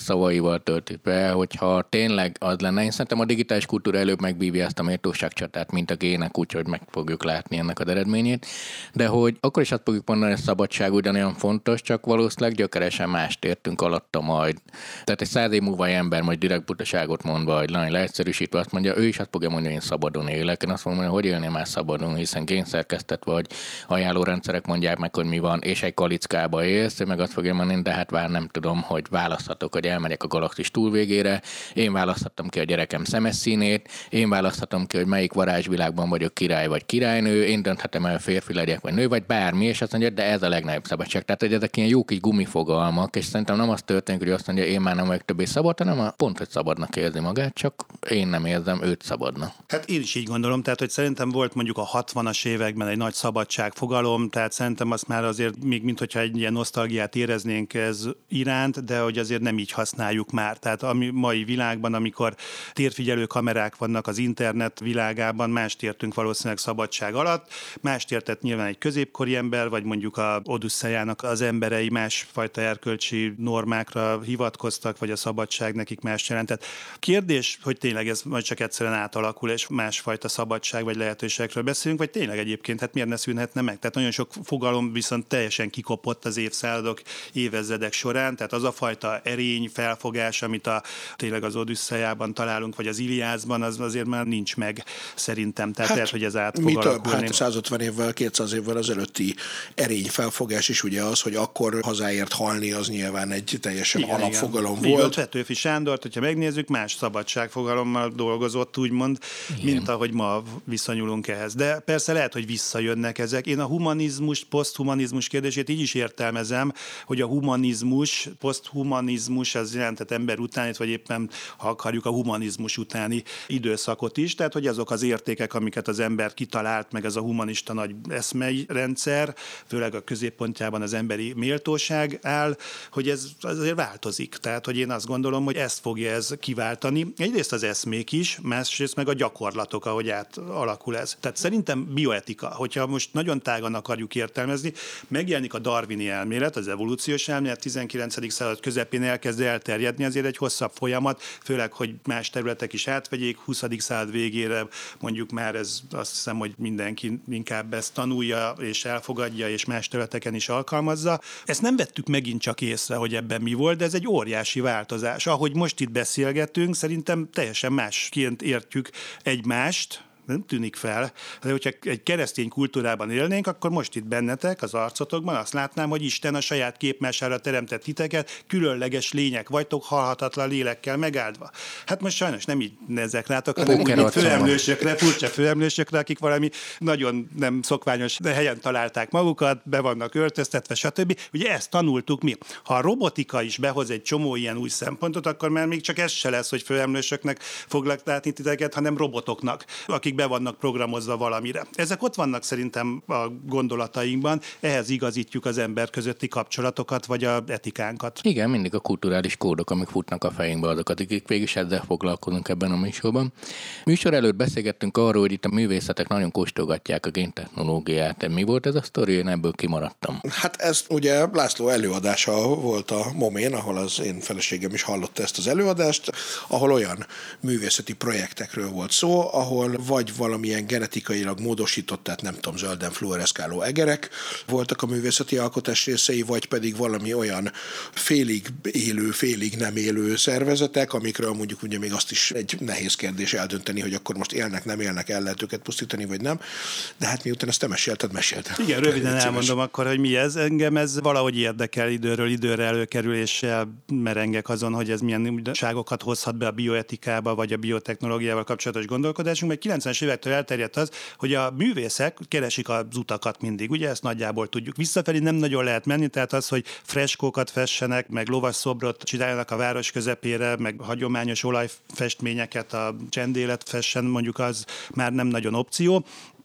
szavaival töltve, hogyha tényleg az lenne, én szerintem a digitális kultúra előbb megbívja ezt a méltóságcsatát, mint a gének, úgyhogy meg fogjuk látni ennek az eredményét, de hogy akkor is azt fogjuk mondani, hogy a szabadság ugyanolyan fontos, csak valószínűleg gyökeresen mást értünk alatta majd. Tehát egy száz év múlva egy ember majd direkt butaságot mond, vagy nagyon leegyszerűsítve azt mondja, ő is azt fogja mondani, hogy én szabadon élek. Én azt mondom, hogy hogy élnél már szabadon, hiszen génszerkesztett vagy, ajánlórendszerek mondják meg, hogy mi van, és egy kalickába élsz, ő meg azt fogja mondani, de hát vár nem tudom, hogy választhatok, hogy elmegyek a galaxis túlvégére, én választhatom ki a gyerekem szemes színét, én választhatom ki, hogy melyik varázsvilágban vagyok király vagy királynő, én dönthetem el, férfi legyek vagy nő, vagy bármi, és azt mondja, de ez a legnagyobb szabadság. Tehát, hogy ezek ilyen jó kis gumifogalmak, és szerintem nem az történik, hogy azt mondja, én már nem vagyok többé szabad, hanem pont, hogy szabadnak érzi magát, csak én nem érzem őt szabadnak. Hát én is így gondolom, tehát hogy szerintem volt mondjuk a hatvanas években egy nagy szabadságfogalom, tehát szerintem azt már azért még mint hogyha egy ilyen nosztalgiát éreznénk ez iránt, de hogy azért nem így használjuk már. Tehát a mai világban, amikor térfigyelő kamerák vannak az internet világában, mást értünk valószínűleg szabadság alatt, mást értett nyilván egy középkori ember, vagy mondjuk a Odüsszejának az emberei másfajta erkölcsi normákra hivatkoztak, vagy a szabadság nekik más jelentett. Kérdés, hogy tényleg ez majd csak egyszerűen átalakul, és másfajta szabadság vagy lehetőségekről beszélünk, vagy tényleg egyébként, hát miért ne szűnhetne meg? Tehát nagyon sok fogalom viszont teljesen kikopott az évszázadok, évezredek során, tehát az a fajta erény, felfogás, amit a, tényleg az Odüsszejában találunk, vagy az Iliászban, az azért már nincs meg szerintem. Tehát hát, lehet, hogy ez át fog alakulni. Hát száz ötven évvel, kétszáz évvel ezelőtti erény felfogás is ugye az, hogy akkor hazáért halni, az nyilván egy teljesen igen, alapfogalom igen. volt. Petőfi Sándort, hogyha megnézzük, más szabadságfogalommal dolgozott, úgymond, igen. mint ahogy ma viszonyulunk ehhez. De persze lehet, hogy visszajönnek ezek. Én a humanizmus, poszthumanizmus kérdését így is értelmezem, hogy a humanizmus, poszthumanizmus az jelentett ember utánit, vagy éppen, ha akarjuk, a humanizmus utáni időszakot is, tehát hogy azok az értékek, amiket az ember kitalált, meg az a humanista nagy eszmei rendszer, főleg a középpontjában az emberi méltóság áll, hogy ez azért változik. Tehát, hogy én azt gondolom, hogy ezt fogja ez kiváltani. Egyrészt az eszmék is, másrészt meg a gyakorlatok, ahogy átalakul ez. Tehát szerintem bioetika, hogyha most nagyon tágan akarjuk értelmezni, megjelenik a darwini elmélet, az evolúciós elmélet, tizenkilencedik század közepén elkezd elterjedni, azért egy hosszabb folyamat, főleg, hogy más területek is átvegyék, huszadik század végére mondjuk már ez azt hiszem, hogy mindenki inkább ezt tanulja és elfogadja, és más területeken is alkalmazza. Ezt nem vettük megint csak észre, hogy ebben mi volt, de ez egy óriási változás. Ahogy most itt beszélgetünk, szerintem teljesen másként értjük egymást, nem tűnik fel, de hogyha egy keresztény kultúrában élnénk, akkor most itt bennetek, az arcotokban azt látnám, hogy Isten a saját képmására teremtett titeket, különleges lények vagytok, halhatatlan lélekkel megáldva. Hát most sajnos nem így nézzek rátok, hanem úgy, mint főemlősökre, furcsa főemlősökre, akik valami nagyon nem szokványos helyen találták magukat, be vannak öltöztetve, stb. Ugye ezt tanultuk mi. Ha a robotika is behoz egy csomó ilyen új szempontot, akkor már még csak ez se lesz, hogy főemlősöknek foglak látni titeket, hanem robotoknak, akik be vannak programozva valamire. Ezek ott vannak szerintem a gondolatainkban, ehhez igazítjuk az ember közötti kapcsolatokat, vagy a etikánkat. Igen, mindig a kulturális kódok, amik futnak a fejünkbe, azokat, akik végig ezzel foglalkozunk ebben a műsorban. Műsor előtt beszélgettünk arról, hogy itt a művészetek nagyon kóstolgatják a géntechnológiát. Mi volt ez a sztori? Én ebből kimaradtam. Hát ez ugye László előadása volt a Momén, ahol az én feleségem is hallotta ezt az előadást, ahol olyan művészeti projektekről volt szó, ahol vagy valamilyen genetikailag módosított, tehát nem tudom, zölden fluoreszkáló egerek voltak a művészeti alkotás részei, vagy pedig valami olyan félig élő, félig nem élő szervezetek, amikről mondjuk ugye még azt is egy nehéz kérdés eldönteni, hogy akkor most élnek, nem élnek, el lehet őket pusztítani, vagy nem. De hát miután ezt te mesélted, mesélted. Igen, röviden elmondom akkor, hogy mi ez. Engem ez valahogy érdekel, időről időre előkerül, és merengek azon, hogy ez milyen újdonságokat hozhat be a bioetikába, vagy a biotechnológiával kapcsolatos gondolkodásunk, mert kilencvenes évektől elterjedt az, hogy a művészek keresik az utakat mindig, ugye ezt nagyjából tudjuk. Visszafelé nem nagyon lehet menni, tehát az, hogy freskókat fessenek, meg lovas szobrot csináljanak a város közepére, meg hagyományos olajfestményeket, a csendélet fessen, mondjuk az már nem nagyon opció.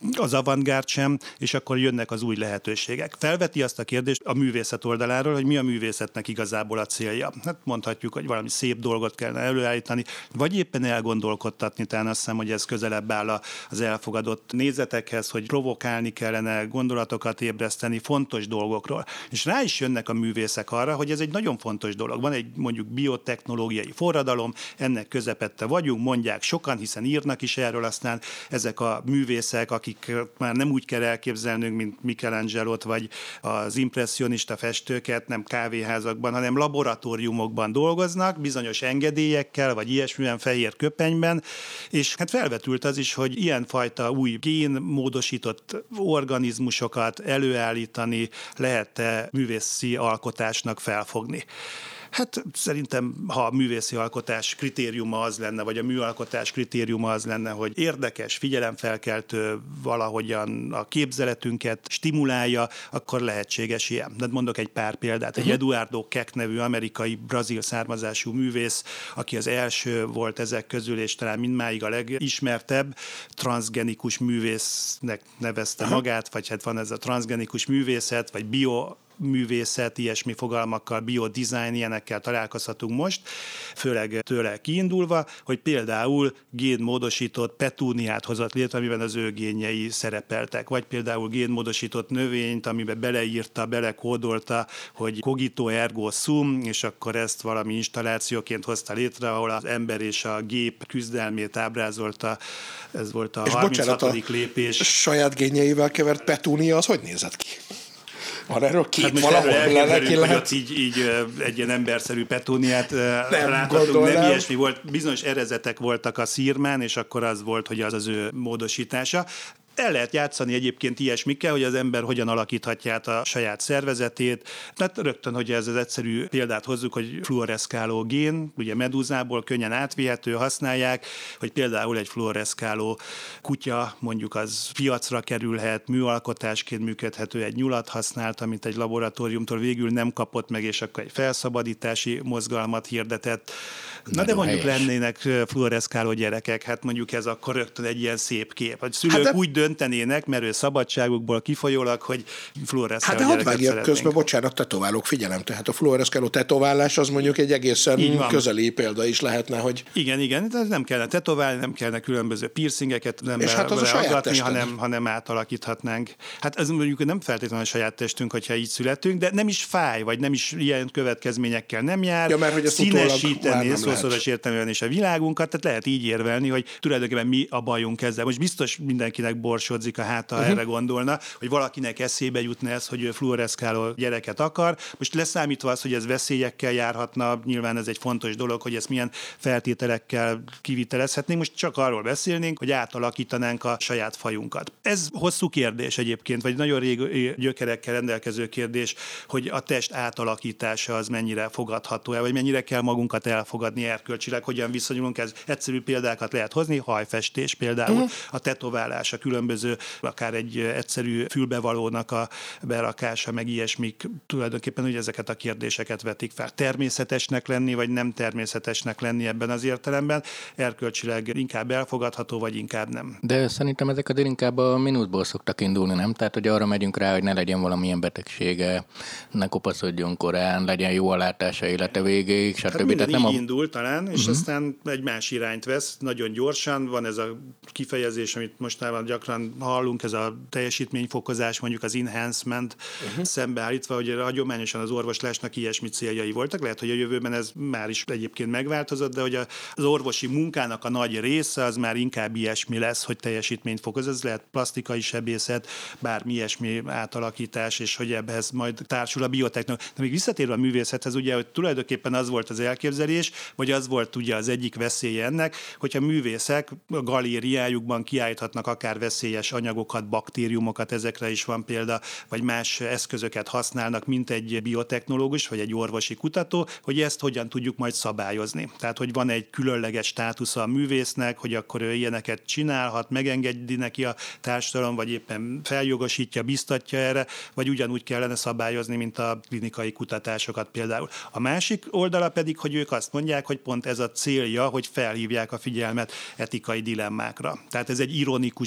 az avantgárd sem, és akkor jönnek az új lehetőségek. Felveti azt a kérdést a művészet oldaláról, hogy mi a művészetnek igazából a célja. Hát mondhatjuk, hogy valami szép dolgot kellene előállítani, vagy éppen elgondolkodtatni, tehát azt hiszem, hogy ez közelebb áll az elfogadott nézetekhez, hogy provokálni kellene, gondolatokat ébreszteni fontos dolgokról. És rá is jönnek a művészek arra, hogy ez egy nagyon fontos dolog. Van egy mondjuk biotechnológiai forradalom, ennek közepette vagyunk, mondják sokan, hiszen írnak is erről, aztán ezek a művészek, akik már nem úgy kell elképzelnünk, mint Michelangelót, vagy az impresszionista festőket, nem kávéházakban, hanem laboratóriumokban dolgoznak, bizonyos engedélyekkel, vagy ilyesmilyen fehér köpenyben, és hát felvetült az is, hogy ilyenfajta új génmódosított organizmusokat előállítani lehet-e művészi alkotásnak felfogni. Hát szerintem, ha a művészi alkotás kritériuma az lenne, vagy a műalkotás kritériuma az lenne, hogy érdekes, figyelemfelkeltő, valahogyan a képzeletünket stimulálja, akkor lehetséges ilyen. De mondok egy pár példát. Egy Eduardo Keck nevű amerikai brazil származású művész, aki az első volt ezek közül, és talán mindmáig a legismertebb, transzgenikus művésznek nevezte magát, vagy hát van ez a transzgenikus művészet, vagy bio művészet, ilyesmi fogalmakkal, biodesign, ilyenekkel találkozhatunk most, főleg tőle kiindulva, hogy például génmódosított petúniát hozott létre, amiben az ő génjei szerepeltek, vagy például génmódosított növényt, amiben beleírta, belekódolta, hogy cogito ergo sum, és akkor ezt valami installációként hozta létre, ahol az ember és a gép küzdelmét ábrázolta. Ez volt a és harminchatodik bocsánat, lépés. Saját génjeivel kevert petúnia, az hogy nézett ki? Van erről kép hát valahol elképzelünk, hogy ott így, így egy ilyen emberszerű petúniát láthatunk, nem ilyesmi volt. Bizonyos erezetek voltak a szírmán, és akkor az volt, hogy az az ő módosítása. El lehet játszani egyébként ilyesmikkel, hogy az ember hogyan alakíthatja át a saját szervezetét. Tehát rögtön, hogy ez az egyszerű példát hozzuk, hogy fluoreszkáló gén, ugye medúzából könnyen átvihető, használják, hogy például egy fluoreszkáló kutya, mondjuk az piacra kerülhet, műalkotásként működhető, egy nyulat használt, amit egy laboratóriumtól végül nem kapott meg, és akkor egy felszabadítási mozgalmat hirdetett. Na Nagyon de mondjuk helyes. Lennének fluoreszkáló gyerekek, hát mondjuk ez akkor rögtön egy ilyen szép kép. A szülők hát de... úgy döntenének, mert ő szabadságukból kifolyólag, hogy fluoreszkáló hát gyereket szeretnénk. Hát de hadd közben, bocsánat, tetoválók, figyelem, tehát a fluoreszkáló tetoválás az mondjuk egy egészen közeli példa is lehetne, hogy... Igen, igen, ez nem kellene tetoválni, nem kellene különböző piercingeket nem és hát az a aggatni, hanem, hanem átalakíthatnánk. Hát ez mondjuk nem feltétlenül a saját testünk, hogyha így születünk, de nem is fáj, vagy nem is ilyen következményekkel nem jár. Ja, mert hogy színesíteni szószoros értelemben is a világunkat, tehát lehet így érvelni, hogy tulajdonképpen mi a bajunk ezzel. Most biztos mindenkinek borsodzik a háta, uh-huh. erre gondolna, hogy valakinek eszébe jutna ez, hogy ő fluoreszkáló gyereket akar. Most leszámítva az, hogy ez veszélyekkel járhatna, nyilván ez egy fontos dolog, hogy ezt milyen feltételekkel kivitelezhetnénk. Most csak arról beszélnénk, hogy átalakítanánk a saját fajunkat. Ez hosszú kérdés egyébként, vagy nagyon rég gyökerekkel rendelkező kérdés, hogy a test átalakítása az mennyire fogadható el, vagy mennyire kell magunkat elfogadni erkölcsileg, hogyan viszonyulunk. Ez egyszerű példákat lehet hozni, hajfestés például, uh-huh. a tetoválás, a különböző, akár egy egyszerű fülbevalónak a berakása, meg ilyesmik, tulajdonképpen hogy ezeket a kérdéseket vetik fel. Természetesnek lenni, vagy nem természetesnek lenni ebben az értelemben, erkölcsileg inkább elfogadható, vagy inkább nem. De szerintem ezek azért inkább a mínuszból szoktak indulni, nem? Tehát, hogy arra megyünk rá, hogy ne legyen valamilyen betegsége, ne kopaszodjon korán, legyen jó a látása élete végéig, stb. Hát minden nem így a... indul talán, és uh-huh. aztán egy más irányt vesz, nagyon gyorsan, van ez a kifejezés, amit mostában gyakran hallunk, ez a teljesítményfokozás, mondjuk az enhancement uh-huh. szembeállítva, hogy hagyományosan az orvoslásnak ilyesmi céljai voltak. Lehet, hogy a jövőben ez már is egyébként megváltozott, de hogy az orvosi munkának a nagy része az már inkább ilyesmi lesz, hogy teljesítményt fokoz. Ez lehet plastikai sebészet, bármi ilyesmi átalakítás, és hogy ebbehez majd társul a biotechnológia. De még visszatérve a művészethez, ugye, hogy tulajdonképpen az volt az elképzelés, vagy az volt ugye az egyik veszélye ennek, hogyha művészek a galériájukban kiállíthatnak akár veszélyes anyagokat, baktériumokat, ezekre is van példa, vagy más eszközöket használnak, mint egy biotechnológus, vagy egy orvosi kutató, hogy ezt hogyan tudjuk majd szabályozni. Tehát, hogy van egy különleges státusza a művésznek, hogy akkor ő ilyeneket csinálhat, megengedi neki a társadalom, vagy éppen feljogosítja, biztatja erre, vagy ugyanúgy kellene szabályozni, mint a klinikai kutatásokat például. A másik oldala pedig, hogy ők azt mondják, hogy pont ez a célja, hogy felhívják a figyelmet etikai dilemmákra. Tehát ez egy ironikus gesztus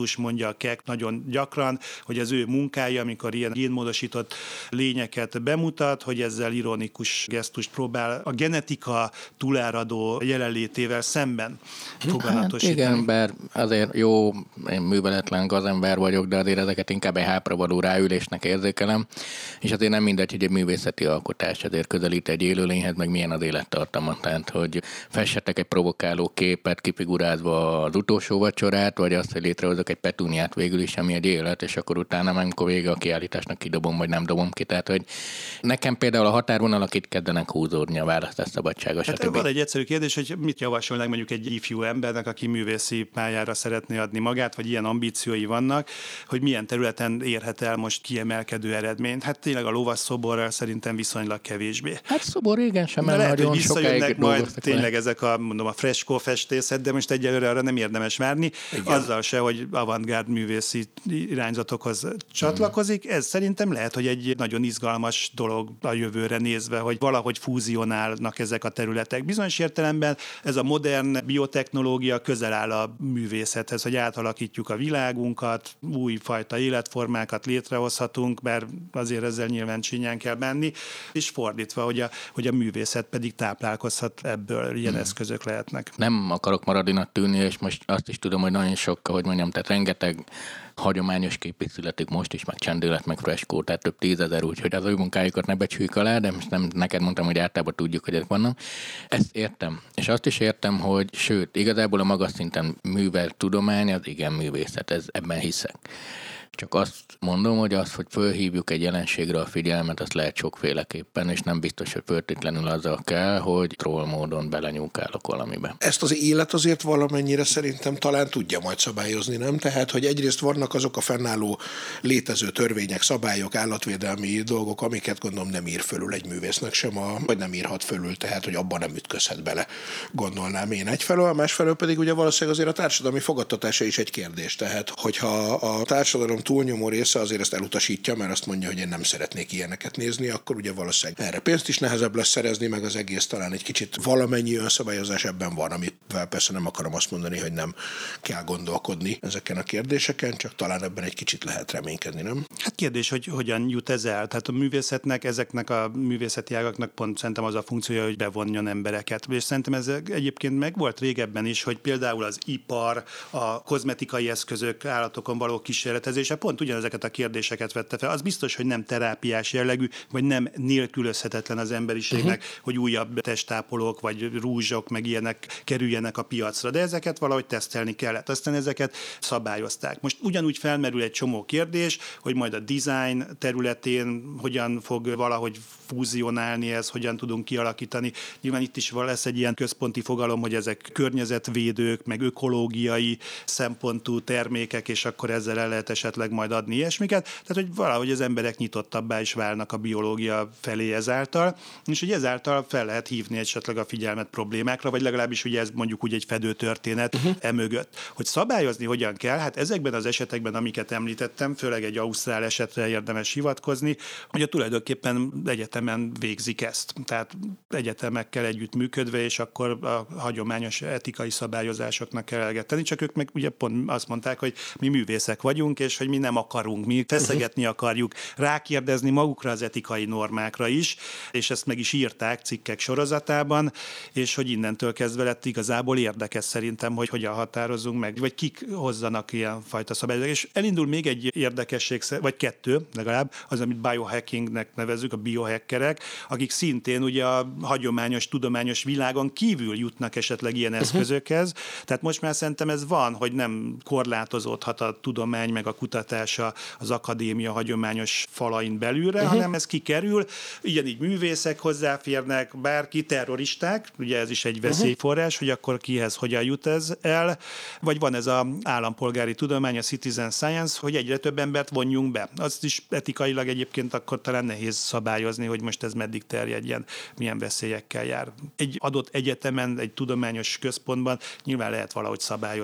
gesztus, mondja a Keck nagyon gyakran, hogy az ő munkája, amikor ilyen génmódosított lényeket bemutat, hogy ezzel ironikus gesztust próbál a genetika túláradó jelenlétével szemben foganatosítani. Hát igen, bár azért jó, én műveletlen gazember vagyok, de azért ezeket inkább egy hátravaló ráülésnek érzékelem, és azért nem mindegy, hogy egy művészeti alkotás azért közelít egy élőlényhez, meg milyen az élettartama. Tehát, hogy fessetek egy provokáló képet, kifigurázva az utolsó vacsorát, vagy azt, hogy létrehozok egy petúniát végül is, ami egy élet, és akkor utána, amikor vége a kiállításnak kidobom, vagy nem dobom ki. Tehát, hogy nekem például a határvonalak itt kezdenek húzódni a választás szabadsága, hát stb. Van egy egyszerű kérdés, hogy mit javasolnánk mondjuk egy ifjú embernek, aki művészi pályára szeretné adni magát, vagy ilyen ambíciói vannak, hogy milyen területen érhet el most kiemelkedő eredményt. Hát tényleg a lovasszoborral szerintem viszonylag kevésbé. Hát szobor régen sem, de lehet, nagyon hogy visszajönnek majd tényleg vele. ezek a, mondom, a freskó festészet, de most egyelőre arra nem érdemes várni. Igen. Azzal se, hogy avantgárd művészi irányzatokhoz csatlakozik. Ez szerintem lehet, hogy egy nagyon izgalmas dolog a jövőre nézve, hogy valahogy fúzionálnak ezek a területek. Bizonyos értelemben ez a modern biotechnológia közel áll a művészethez, hogy átalakítjuk a világunkat, újfajta életformákat létrehozhatunk, bár azért ezzel nyilván csinyán kell menni, és fordítva, hogy a, hogy a művészet pedig táplálkozhat ebből, ilyen hmm. eszközök lehetnek. Nem akarok maradinak tűnni, és most azt is tudom, hogy nagyon sok, hogy mondjam, tehát rengeteg hagyományos képig születik most is, meg csendélet, meg freskó, tehát több tízezer, úgyhogy az ő munkájukat ne becsüljük alá, de most nem neked mondtam, hogy általában tudjuk, hogy ezek vannak. Ezt értem. És azt is értem, hogy sőt, igazából a magas szinten művel tudomány, az igen művészet, ez, ebben hiszek. Csak azt mondom, hogy az, hogy fölhívjuk egy jelenségre a figyelmet, azt lehet sokféleképpen, és nem biztos, hogy feltétlenül azzal kell, hogy troll módon belenyúkálok valamibe. Ezt az élet azért valamennyire szerintem talán tudja majd szabályozni, nem? Tehát, hogy egyrészt vannak azok a fennálló létező törvények, szabályok, állatvédelmi dolgok, amiket gondolom nem ír fölül egy művésznek sem, a, vagy nem írhat fölül, tehát, hogy abban nem ütközhet bele, gondolnám én egyfelől, másfelől pedig ugye valószínűleg azért a társadalmi fogadtatása is egy kérdés. Tehát, hogyha a társadalom túlnyomó része azért ezt elutasítja, mert azt mondja, hogy én nem szeretnék ilyeneket nézni, akkor ugye valószínűleg erre pénzt is nehezebb lesz szerezni, meg az egész talán egy kicsit valamennyi önszabályozás ebben van, amivel persze nem akarom azt mondani, hogy nem kell gondolkodni ezeken a kérdéseken, csak talán ebben egy kicsit lehet reménykedni, nem? Hát kérdés, hogy hogyan jut ez el? Tehát a művészetnek, ezeknek a művészeti ágaknak pont szerintem az a funkciója, hogy bevonjon embereket. És szerintem ez egyébként megvolt régebben is, hogy például az ipar, a kozmetikai eszközök, állatokon való kísérletezése pont ugyanezeket a kérdéseket vette fel. Az biztos, hogy nem terápiás jellegű, vagy nem nélkülözhetetlen az emberiségnek, uh-huh. hogy újabb testápolók, vagy rúzsok, meg ilyenek kerüljenek a piacra. De ezeket valahogy tesztelni kellett. Aztán ezeket szabályozták. Most ugyanúgy felmerül egy csomó kérdés, hogy majd a design területén hogyan fog valahogy fúzionálni ez, hogyan tudunk kialakítani. Nyilván itt is lesz egy ilyen központi fogalom, hogy ezek környezetvédők, meg ökológiai szempontú termékek, és akkor ezzel el lehet esetleg majd adni ilyesmiket. Tehát, hogy valahogy az emberek nyitottabbá is válnak a biológia felé ezáltal, és hogy ezáltal fel lehet hívni esetleg a figyelmet problémákra, vagy legalábbis ugye ez mondjuk úgy egy fedő történet uh-huh. emögött. Hogy szabályozni hogyan kell, hát ezekben az esetekben, amiket említettem, főleg egy ausztrál esetre érdemes hivatkozni, hogy a tulajdonképpen egyetemen végzik ezt. Tehát egyetemekkel együtt működve, és akkor a hagyományos etikai szabályozásoknak kell eleget tenni, csak ők meg ugye pont azt mondták, hogy mi művészek vagyunk, és hogy mi nem akarunk, mi feszegetni akarjuk, rákérdezni magukra az etikai normákra is, és ezt meg is írták cikkek sorozatában, és hogy innentől kezdve lett igazából érdekes szerintem, hogy hogyan határozzunk meg, vagy kik hozzanak ilyen fajta szabályozást. És elindul még egy érdekesség, vagy kettő legalább, az, amit biohackingnek nevezzük, a biohackerek, akik szintén ugye a hagyományos, tudományos világon kívül jutnak esetleg ilyen eszközökhez. Tehát most már szerintem ez van, hogy nem korlátozódhat a tudomány meg a kutatása az akadémia hagyományos falain belülre, uh-huh. hanem ez kikerül, ugyanígy művészek hozzáférnek, bárki, terroristák, ugye ez is egy veszélyforrás, uh-huh. hogy akkor kihez hogyan jut ez el, vagy van ez az állampolgári tudomány, a citizen science, hogy egyre több embert vonjunk be. Azt is etikailag egyébként akkor talán nehéz szabályozni, hogy most ez meddig terjedjen, milyen veszélyekkel jár. Egy adott egyetemen, egy tudományos központban nyilván lehet valahogy szabályozni,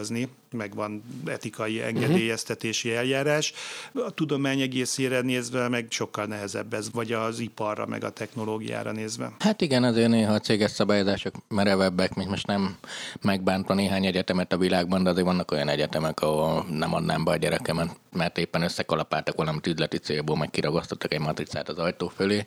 megvan etikai engedélyeztetési eljárás. A tudomány egészére nézve meg sokkal nehezebb ez, vagy az iparra, meg a technológiára nézve. Hát igen, azért néha a céges szabályozások merevebbek, mint most nem megbántva néhány egyetemet a világban, de azért vannak olyan egyetemek, ahol nem adnám be a gyerekemet, mert éppen összekalapáltak valamit üzleti célból, meg kiragasztottak egy matricát az ajtó fölé,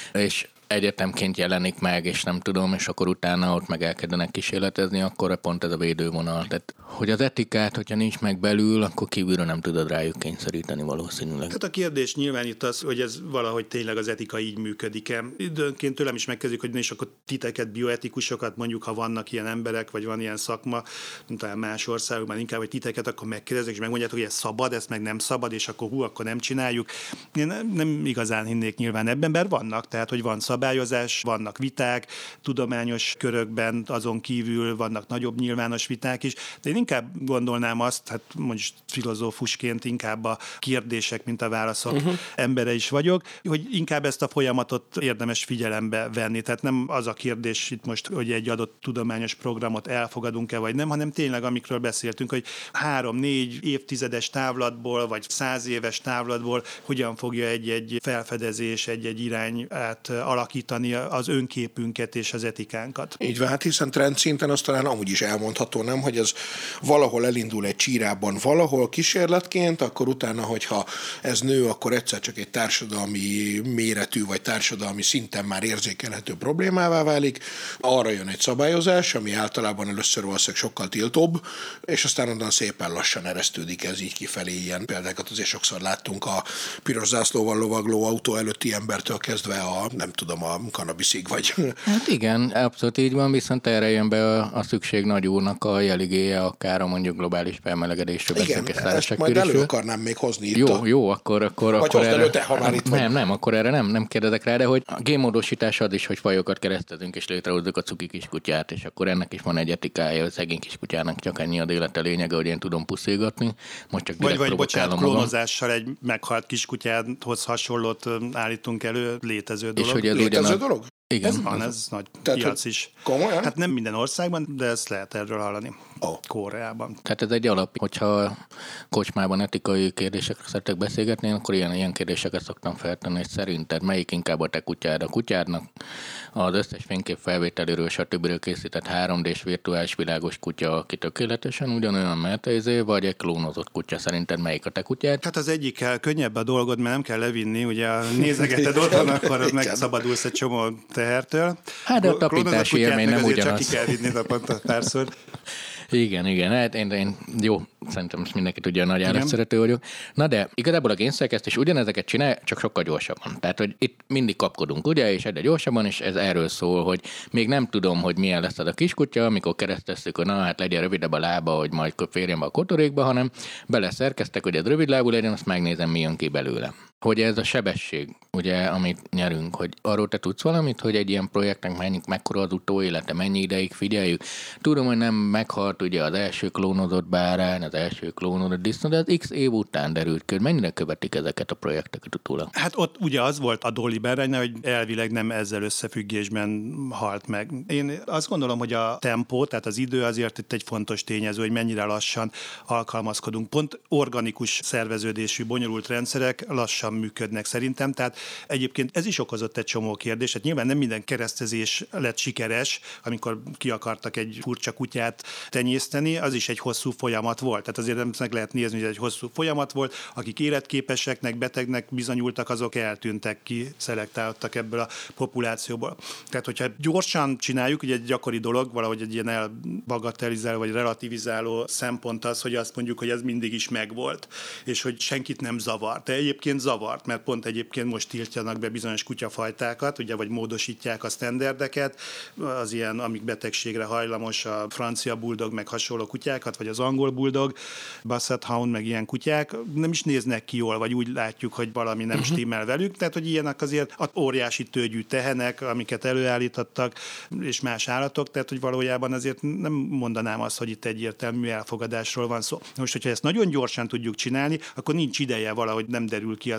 és egyetemként jelenik meg, és nem tudom, és akkor utána ott meg elkezdenek kísérletezni, akkor pont ez a védővonal. Tehát, hogy az etikát, hogyha nincs meg belül, akkor kívülről nem tudod rájuk kényszeríteni valószínűleg. Hát a kérdés nyilván itt az, hogy ez valahogy tényleg az etika így működik-e. Időnként tőlem is megkezdik, hogy és akkor titeket, bioetikusokat, mondjuk, ha vannak ilyen emberek, vagy van ilyen szakma, talán más országokban inkább, hogy titeket akkor megkérdezek, és megmondjátok, hogy ez szabad, ez meg nem szabad, és akkor hú, akkor nem csináljuk. Én nem, nem igazán hinnék nyilván ebben, mert vannak, tehát, hogy van szabályozás, vannak viták, tudományos körökben, azon kívül vannak nagyobb nyilvános viták is, de én inkább gondolnám azt, hát mondjuk filozófusként inkább a kérdések, mint a válaszok uh-huh. embere is vagyok, hogy inkább ezt a folyamatot érdemes figyelembe venni. Tehát nem az a kérdés itt most, hogy egy adott tudományos programot elfogadunk-e vagy nem, hanem tényleg, amikről beszéltünk, hogy három-négy évtizedes távlatból, vagy száz éves távlatból hogyan fogja egy-egy felfedezés, egy-egy irány át alakítani az önképünket és az etikánkat. Így van, hát hiszen trendszinten azt talán amúgy is elmondható, nem, hogy ez valahol elindul egy csírában, valahol kísérletként, akkor utána, hogyha ez nő, akkor egyszer csak egy társadalmi méretű, vagy társadalmi szinten már érzékelhető problémává válik, arra jön egy szabályozás, ami általában először valószínűleg sokkal tiltóbb, és aztán onnan szépen lassan eresztődik ez így kifelé. Ilyen példákat azért sokszor láttunk a piros zászlóval lovagló autó előtti embertől kezdve a, nem tudom, a kannabiszig vagy. Hát igen, abszolút így van, viszont erre jön be a, a szükség nagy úrnak a jeligéje, akár a mondjuk globális felmelegedésről. Igen, ezt majd elő akarnám még hozni itt. Jó, a... jó, akkor, akkor, vagy akkor erre... előtte, ha már itt nem, vagy. nem, akkor erre nem, nem kérdezek rá, de hogy a génmódosítás az is, hogy fajokat keresztezünk és létrehozzuk a cuki kiskutyát, és akkor ennek is van egy etikája, a szegény kiskutyának csak ennyi a élete lényege, hogy én tudom puszilgatni. Most csak vagy, vagy bocsánat, magam. klónozással egy meghalt kiskutyához hasonlót állítunk elő, létező dolog. És hogy ez létező ugyanaz... dolog? Igen, ez van, ez nagy tehát, piac is. Komolyan? Hát nem minden országban, de ezt lehet erről hallani. Oh. Koreában. Tehát ez egy alap, hogyha kocsmában etikai kérdésekre szeretek beszélgetni, akkor ilyen, ilyen kérdéseket szoktam feltenni, hogy szerinted melyik inkább a te kutyád? A kutyádnak az összes fénykép felvételéről, stb. Készített három dés virtuális világos kutya, aki tökéletesen ugyanolyan mertezé, vagy egy klónozott kutya? Szerinted melyik a te kutyád? Hát az egyikkel könnyebb a dolgod, mert nem kell levinni, ugye nézegeted otthon, akkor megszabadulsz egy csomó tehertől. Hát de a tapintási élmény nem ugyanaz. Csak ki kell vinni naponta párszor. Igen, igen, hát én, én jó, szerintem most mindenki tudja, a nagy állatszerető vagyok. Na de igazából a génszerkesztés ugyanezeket csinál, csak sokkal gyorsabban. Tehát, hogy itt mindig kapkodunk, ugye, és egyre gyorsabban, és ez erről szól, hogy még nem tudom, hogy milyen lesz az a kiskutya, amikor kereszteztük, hogy na, hát legyen rövidebb a lába, hogy majd férjen be a kotorékba, hanem beleszerkeztek, hogy ez rövid lábú legyen, azt megnézem, mi jön ki belőle. Hogy ez a sebesség, ugye, amit nyerünk, hogy arról te tudsz valamit, hogy egy ilyen projektnek mennyi, mekkora az utóélete, mennyi ideig figyeljük. Tudom, hogy nem meghalt ugye az első klónozott bárány, az első klónozott disznó, de az x év után derült ki, hogy mennyire követik ezeket a projekteket utólag. Hát ott ugye az volt a Dolly báránynál, hogy elvileg nem ezzel összefüggésben halt meg. Én azt gondolom, hogy a tempó, tehát az idő azért itt egy fontos tényező, hogy mennyire lassan alkalmazkodunk. Pont organikus szerveződésű, bonyolult rendszerek lassan működnek szerintem, tehát egyébként ez is okozott egy csomó kérdést, hát nyilván nem minden keresztezés lett sikeres, amikor ki akartak egy furcsa kutyát tenyészteni, az is egy hosszú folyamat volt, tehát azért nem meg lehet nézni, hogy ez egy hosszú folyamat volt, akik életképeseknek, betegnek bizonyultak, azok eltűntek ki, szelektáltak ebből a populációból. Tehát, hogyha gyorsan csináljuk, ugye egy gyakori dolog, valahogy egy ilyen elbagatelizáló vagy relativizáló szempont az, hogy azt mondjuk, hogy ez mindig is megvolt, és hogy senkit nem zavar. De egyébként zavart, mert pont egyébként most tiltjanak be bizonyos kutyafajtákat, ugye, vagy módosítják a sztenderdeket, az ilyen, amik betegségre hajlamos, a francia bulldog, meg hasonló kutyákat, vagy az angol bulldog, basset hound, meg ilyen kutyák, nem is néznek ki jól, vagy úgy látjuk, hogy valami nem uh-huh. stimmel velük, tehát, hogy ilyenek azért a óriási tőgyű tehenek, amiket előállítottak, és más állatok, tehát, hogy valójában azért nem mondanám azt, hogy itt egyértelmű elfogadásról van szó. Most, hogyha ezt nagyon gyorsan tudjuk csinálni, akkor nincs ideje valahogy nem derül ki az,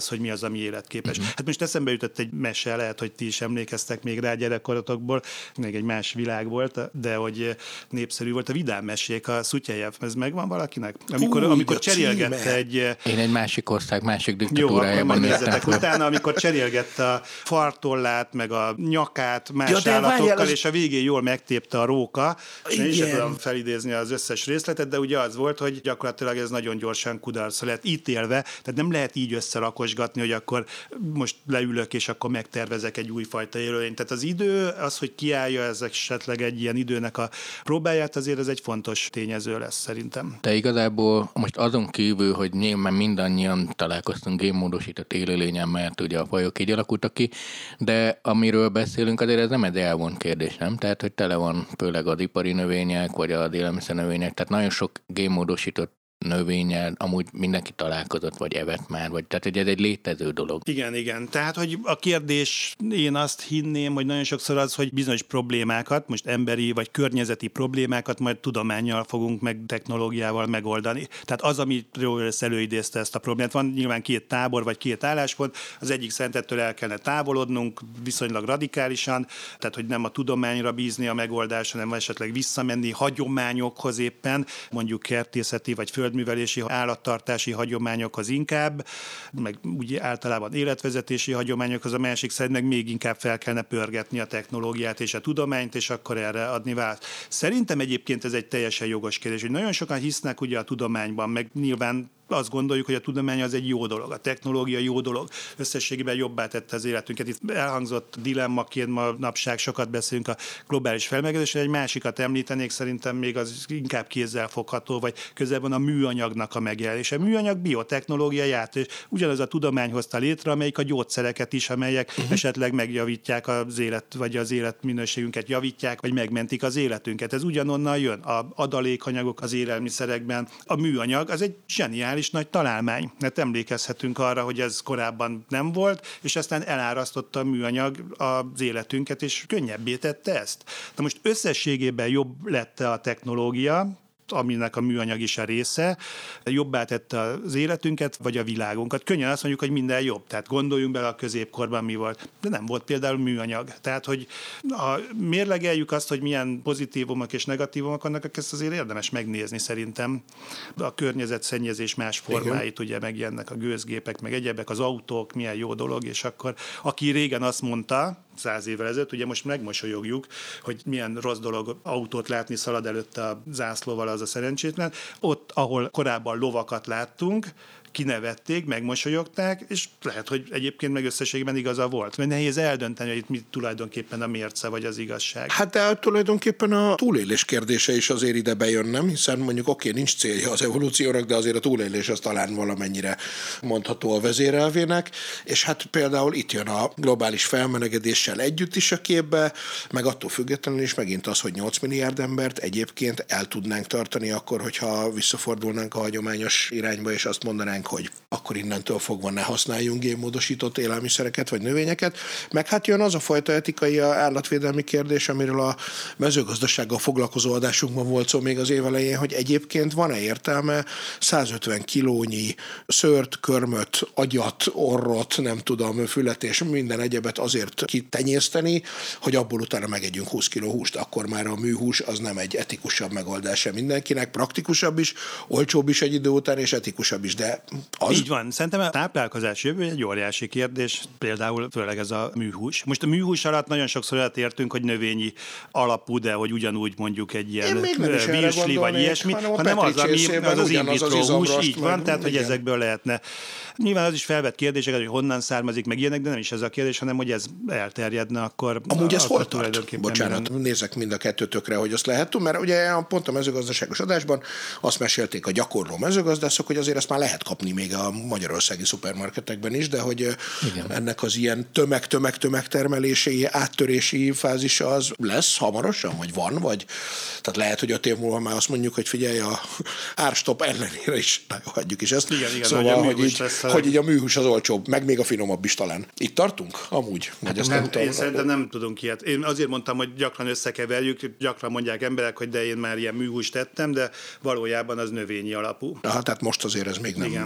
hogy mi az, ami életképes. Uh-huh. Hát most eszembe jutott egy mese, lehet, hogy ti is emlékeztek még rá gyerekkorotokból, még egy más világ volt, de hogy népszerű volt a vidám mesék, a Szutyejev, ez megvan valakinek? Amikor, Hú, amikor cserélgette egy... Én egy másik ország, másik Jó, akkor diktatúrájában majd nőttem nézzetek fel. utána, amikor cserélgette a fartollát, meg a nyakát más Ja, de állatokkal, várjál, az- és a végén jól megtépte a róka. És én sem Igen. tudom felidézni az összes részletet, de ugye az volt, hogy gyakorlatilag ez nagyon gyorsan kudarcra lett ítélve, tehát nem lehet így összerakosgatni, hogy akkor most leülök, és akkor megtervezek egy újfajta élőlényt. Tehát az idő, az, hogy kiállja ez esetleg egy ilyen időnek a próbáját, azért ez egy fontos tényező lesz szerintem. De igazából most azon kívül, hogy nyilván mindannyian találkoztunk génmódosított élőlényen, mert ugye a fajok így alakultak ki, de amiről beszélünk, azért ez nem egy elvont kérdés, nem? Tehát, hogy tele van főleg az ipari növények, vagy az élelmiszer növények, tehát nagyon sok génmódosított növényel amúgy mindenki találkozott, vagy evett már, vagy tehát hogy ez egy létező dolog. Igen, igen. Tehát, hogy a kérdés, én azt hinném, hogy nagyon sokszor az, hogy bizonyos problémákat, most emberi vagy környezeti problémákat majd tudománnyal fogunk meg technológiával megoldani. Tehát az, amiről ezt előidézte ezt a problémát, van nyilván két tábor, vagy két álláspont, az egyik szentettől el kellene távolodnunk viszonylag radikálisan, tehát, hogy nem a tudományra bízni a megoldás, hanem esetleg visszamenni hagyományokhoz éppen, mondjuk kertészeti vagy földművelési, állattartási hagyományokhoz inkább, meg úgy általában életvezetési hagyományokhoz, a másik szerint meg még inkább fel kellene pörgetni a technológiát és a tudományt, és akkor erre adni választ. Szerintem egyébként ez egy teljesen jogos kérdés, hogy nagyon sokan hisznek ugye a tudományban, meg nyilván azt gondoljuk, hogy a tudomány az egy jó dolog, a technológia jó dolog, összességében jobbá tette az életünket. Itt elhangzott dilemmaként ma napság sokat beszélünk a globális felmelegedésről, egy másikat említenék, szerintem még az inkább kézzelfogható, vagy közel van a műanyagnak a megjelenése. A műanyag biotechnológia játék, ugyanaz a tudomány hozta létre, amelyik a gyógyszereket is, amelyek uh-huh. esetleg megjavítják az élet, vagy az életminőségünket javítják, vagy megmentik az életünket. Ez ugyanonnan jön. A adalékanyagok az élelmiszerekben, a műanyag az egy zseniális és nagy találmány. Mert emlékezhetünk arra, hogy ez korábban nem volt, és aztán elárasztotta a műanyag az életünket, és könnyebbé tette ezt. Na most összességében jobb lett a technológia, aminek a műanyag is a része, jobbá tette az életünket, vagy a világunkat. Könnyen azt mondjuk, hogy minden jobb. Tehát gondoljunk bele, a középkorban mi volt. De nem volt például műanyag. Tehát, hogy ha mérlegeljük azt, hogy milyen pozitívumok és negatívumok vannak, ezt azért érdemes megnézni szerintem. A környezetszennyezés más formáit, ugye megjelennek a gőzgépek, meg egyebek, az autók, milyen jó dolog, és akkor aki régen azt mondta, száz évvel ezelőtt, ugye most megmosolyogjuk, hogy milyen rossz dolog autót látni, szalad előtte a zászlóval az a szerencsétlen. Ott, ahol korábban lovakat láttunk, kinevették, megmosolyogták, és lehet, hogy egyébként meg összességében igaza volt. Mert nehéz eldönteni, hogy itt mi tulajdonképpen a mérce vagy az igazság. Hát de tulajdonképpen a túlélés kérdése is azért ide bejön, nem? Hiszen mondjuk oké, nincs célja az evolúciónak, de azért a túlélés az talán valamennyire mondható a vezérelvének, és hát például itt jön a globális felmelegedéssel együtt is a képbe, meg attól függetlenül is megint az, hogy nyolc milliárd embert egyébként el tudnánk tartani akkor, hogyha visszafordulnánk a hagyományos irányba, és azt mondanánk, hogy akkor innentől fogva ne használjunk génmódosított élelmiszereket vagy növényeket. Meg hát jön az a fajta etikai állatvédelmi kérdés, amiről a mezőgazdasággal foglalkozó adásunkban volt szó még az év elején, hogy egyébként van-e értelme százötven kilónyi szőrt, körmöt, agyat, orrot, nem tudom, fület és minden egyebet azért kitenyészteni, hogy abból utána megegyünk húsz kiló húst. Akkor már a műhús az nem egy etikusabb megoldása mindenkinek, praktikusabb is, olcsóbb is egy idő után, és etikusabb is, de az... Így van. Szerintem a táplálkozás jövő egy óriási kérdés, például főleg ez a műhús. Most a műhús alatt nagyon sokszor olyat értünk, hogy növényi alapú, de hogy ugyanúgy mondjuk egy ilyen virsli vagy ilyesmi, hanem, hanem az, ami az az in vitro hús, így van, tehát hogy ezekből lehetne. Nyilván az is felvett kérdéseket, hogy honnan származik, meg ilyenek, de nem is ez a kérdés, hanem hogy ez elterjedne, akkor... Amúgy ez hol tart? Bocsánat, minden... nézek mind a kettőtökre, hogy azt lehet, mert ugye pont a mezőgazdaságos adásban azt mesélték a gyakorló mezőgazdászok, hogy azért ezt már lehet kapni még a magyarországi szupermarketekben is, de hogy igen, ennek az ilyen tömeg-tömeg-tömeg termelési, áttörési fázisa az lesz hamarosan, vagy van, vagy tehát lehet, hogy öt év múlva már azt mondjuk, hogy figyelj, a árstop ellenére is hagyjuk is ezt. Igen, igen, szóval, hogy, így, hogy így a műhús az olcsóbb, meg még a finomabb is talán. Itt tartunk? Amúgy? Hát nem, nem én szerintem nem tudunk ilyet. Én azért mondtam, hogy gyakran összekeverjük, gyakran mondják emberek, hogy de én már ilyen műhúst tettem, de valójában az növényi alapú. Aha, tehát most azért ez még nem, igen,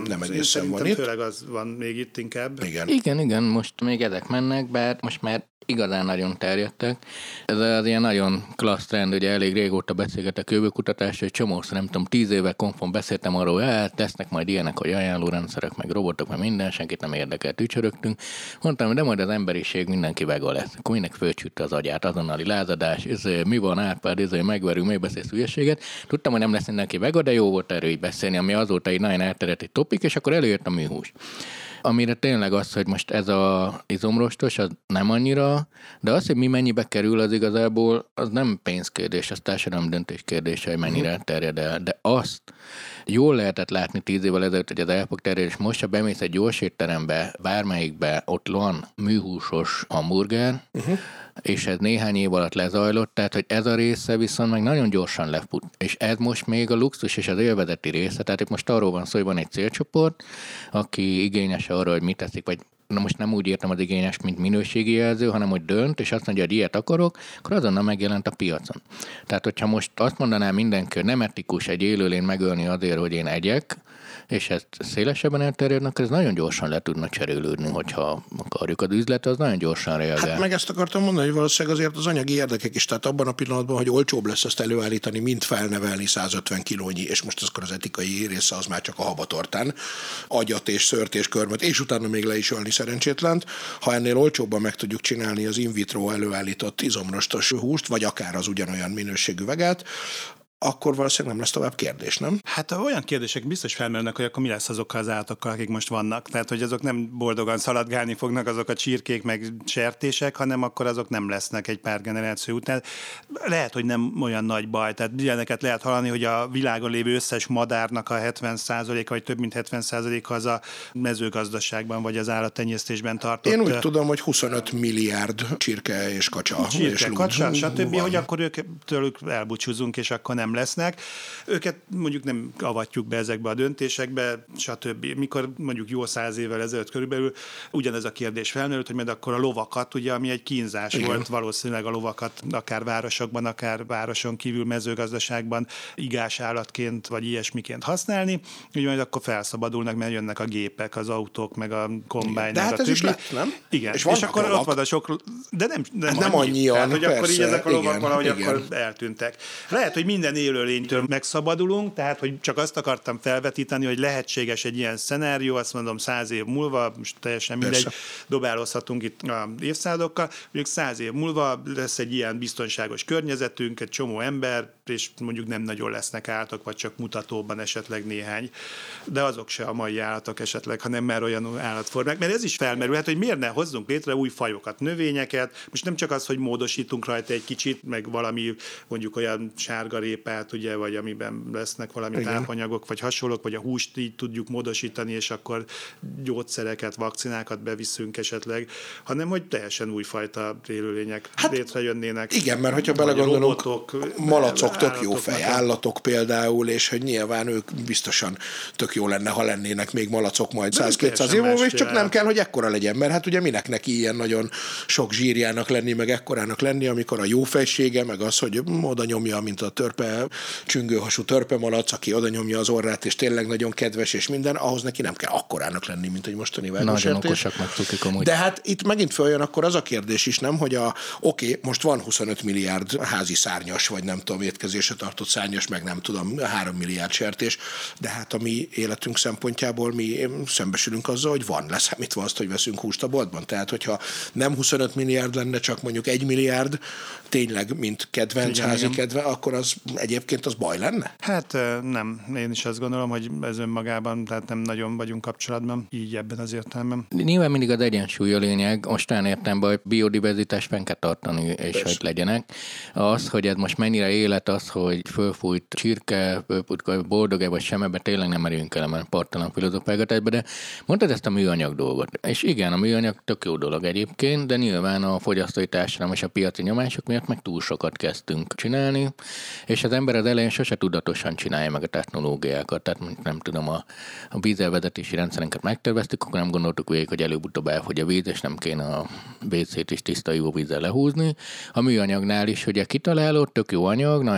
nem egészen van itt. Főleg az van még itt inkább. Igen. Igen, igen, most még ezek mennek, bár most már igazán nagyon terjedtek. Ez az ilyen nagyon klassz trend, ugye elég régóta beszélgetek jövőkutatásra, egy csomószor, nem tudom, tíz éve konfon beszéltem arról, hogy hát tesznek majd ilyenek, hogy ajánlórendszerek, meg robotok, meg minden, senkit nem érdekelt, ücsörögtünk. Mondtam, hogy de majd az emberiség mindenki vega lesz. Akkor mindenki fölcsütte az agyát, azonnali lázadás, ez, mi van, Árpád, ez, megverünk, még beszélsz hülyeséget. Tudtam, hogy nem lesz mindenki vega, de jó volt erről így beszélni, ami azóta egy nagyon elterjedt egy topik, és akkor előjött a műhús. Amire tényleg az, hogy most ez a izomrostos, az nem annyira, de az, hogy mi mennyibe kerül, az igazából az nem pénzkérdés, az társadalmi döntés kérdése, hogy mennyire terjed el. De azt jól lehetett látni tíz évvel ezelőtt, hogy az el fog terjedni, és most, ha bemész egy gyors étterembe, bármelyikbe, ott van műhúsos hamburger, uh-huh. és ez néhány év alatt lezajlott, tehát hogy ez a része viszont meg nagyon gyorsan lefut. És ez most még a luxus és az élvezeti része, tehát itt most arról van szó, hogy van egy célcsoport, aki igényes arra, hogy mit teszik, vagy na most nem úgy értem az igényes, mint minőségi jelző, hanem hogy dönt, és azt mondja, hogy ilyet akarok, akkor azonnal megjelent a piacon. Tehát, hogyha most azt mondaná mindenki, hogy nem etikus egy élőlény megölni azért, hogy én egyek, és ezt szélesebben elterjednek, akkor ez nagyon gyorsan le tudna cserélődni, hogyha akarjuk. Az üzlet, az nagyon gyorsan reagál. Hát meg ezt akartam mondani, hogy valószínűleg azért az anyagi érdekek is, tehát abban a pillanatban, hogy olcsóbb lesz ezt előállítani, mint felnevelni százötven kilónyi, és most akkor az etikai része az már csak a habatortán, agyat és szőrt és körmöt, és utána még le is ölni szerencsétlent. Ha ennél olcsóbban meg tudjuk csinálni az in vitro előállított izomrostos húst, vagy akár az ugyanolyan minőségű vegát, akkor valószínűleg nem lesz tovább kérdés, nem? Hát olyan kérdések biztos felmerülnek, hogy akkor mi lesz azokkal az állatokkal, akik most vannak. Tehát, hogy azok nem boldogan szaladgálni fognak azok a csirkék meg sertések, hanem akkor azok nem lesznek egy pár generáció után. Lehet, hogy nem olyan nagy baj. Tehát ilyeneket lehet hallani, hogy a világon lévő összes madárnak a hetven százaléka, vagy több mint hetven százaléka az a mezőgazdaságban, vagy az állattenyésztésben tartott. Én úgy tudom, hogy huszonöt milliárd csirke és kacsa. Csirke, és kacsa, stb., hogy akkor ők tőlük elbúcsúzunk, és akkor nem lesznek. Őket mondjuk nem avatjuk be ezekbe a döntésekbe, stb. Mikor mondjuk jó száz évvel ezelőtt körülbelül ugyanez a kérdés felmerült, hogy majd akkor a lovakat, ugye, ami egy kínzás Igen. volt, valószínűleg a lovakat akár városokban, akár városon kívül mezőgazdaságban igás állatként vagy ilyesmiként használni, úgy majd akkor felszabadulnak, mert jönnek a gépek, az autók, meg a kombájn. De hát a ez többi. is lett, nem? Igen. És, és akkor ott van a sok, de nem, nem, hát nem annyi. annyian, Tehát, hogy persze, akkor így ezek a lovak igen, valahogy igen. akkor eltűntek. Lehet, hogy minden élőlénytől megszabadulunk, tehát hogy csak azt akartam felvetíteni, hogy lehetséges egy ilyen szenárió, azt mondom száz év múlva, most teljesen mindegy, dobálózhatunk itt a évszázadokkal, mondjuk száz év múlva lesz egy ilyen biztonságos környezetünk, egy csomó ember, és mondjuk nem nagyon lesznek állatok, vagy csak mutatóban esetleg néhány, de azok se a mai állatok esetleg, hanem már olyan állatformák, mert ez is felmerülhet, hogy miért ne hozzunk létre új fajokat, növényeket, most nem csak az, hogy módosítunk rajta egy kicsit, meg valami mondjuk olyan sárgarépát, ugye, vagy amiben lesznek valami Igen. tápanyagok, vagy hasonlók, vagy a húst így tudjuk módosítani, és akkor gyógyszereket, vakcinákat beviszünk esetleg, hanem hogy teljesen újfajta élőlények hát, létrejönnének. Igen, mert hogyha belegondolunk, malacok tök jó fej, állatok például, és hogy nyilván ők biztosan tök jó lenne, ha lennének még malacok majd száz-kétszáz év múlva, és csak nem kell, hogy ekkora legyen, mert hát ugye minek neki ilyen nagyon sok zsírjának lenni, meg ekkorának lenni, amikor a jó fejsége, meg az, hogy oda nyomja, mint a törpe, csüngőhasú törpemalac, aki oda nyomja az orrát, és tényleg nagyon kedves, és minden, ahhoz neki nem kell akkorának lenni, mint egy mostani vágósertés. Nagyon okosak meg cukik amúgy. De hát itt megint följön akkor az a kérdés is, nem, hogy a oké, okay, most van huszonöt milliárd házi szárnyas, vagy nem tudom, étkezésre tartott szárnyas, meg nem tudom, három milliárd sertés, de hát a mi életünk szempontjából mi szembesülünk azzal, hogy van, leszámítva azt, hogy veszünk húst a boltban. Tehát, hogyha nem huszonöt milliárd lenne, csak mondjuk egy milliárd, tényleg, mint kedvenc, igen, házi igen. kedve, akkor az egyébként az baj lenne? Hát nem. Én is azt gondolom, hogy ez önmagában, tehát nem nagyon vagyunk kapcsolatban, így ebben az értelemben. Nyilván mindig az egyensúly a lényeg, most olyan értelemben, hogy biodiverzitást fenn kell tartani, és Persze. hogy legyenek. Az, hogy ez most mennyire élet az, hogy fölfújt csirke, fölfújt boldog-e vagy sem, ebben tényleg nem merünk el, mert parttalan filozofálgatásba, de mondtad ezt a műanyag dolgot. És igen, a műanyag tök jó dolog egyébként, de nyilván a fogyasztói társadalom és a piaci nyomások miatt meg túl sokat kezdtünk csinálni, és az ember az elején sose tudatosan csinálja meg a technológiákat. Tehát nem tudom, a, a vízelvezetési rendszerünket megterveztük, akkor nem gondoltuk végig, hogy előbb-utóbb elfogy a víz, és nem kéne a vé cét is tiszta jó vízzel lehúzni. A műanyagnál is, ugye kitalálod, tök jó anyag, nagyon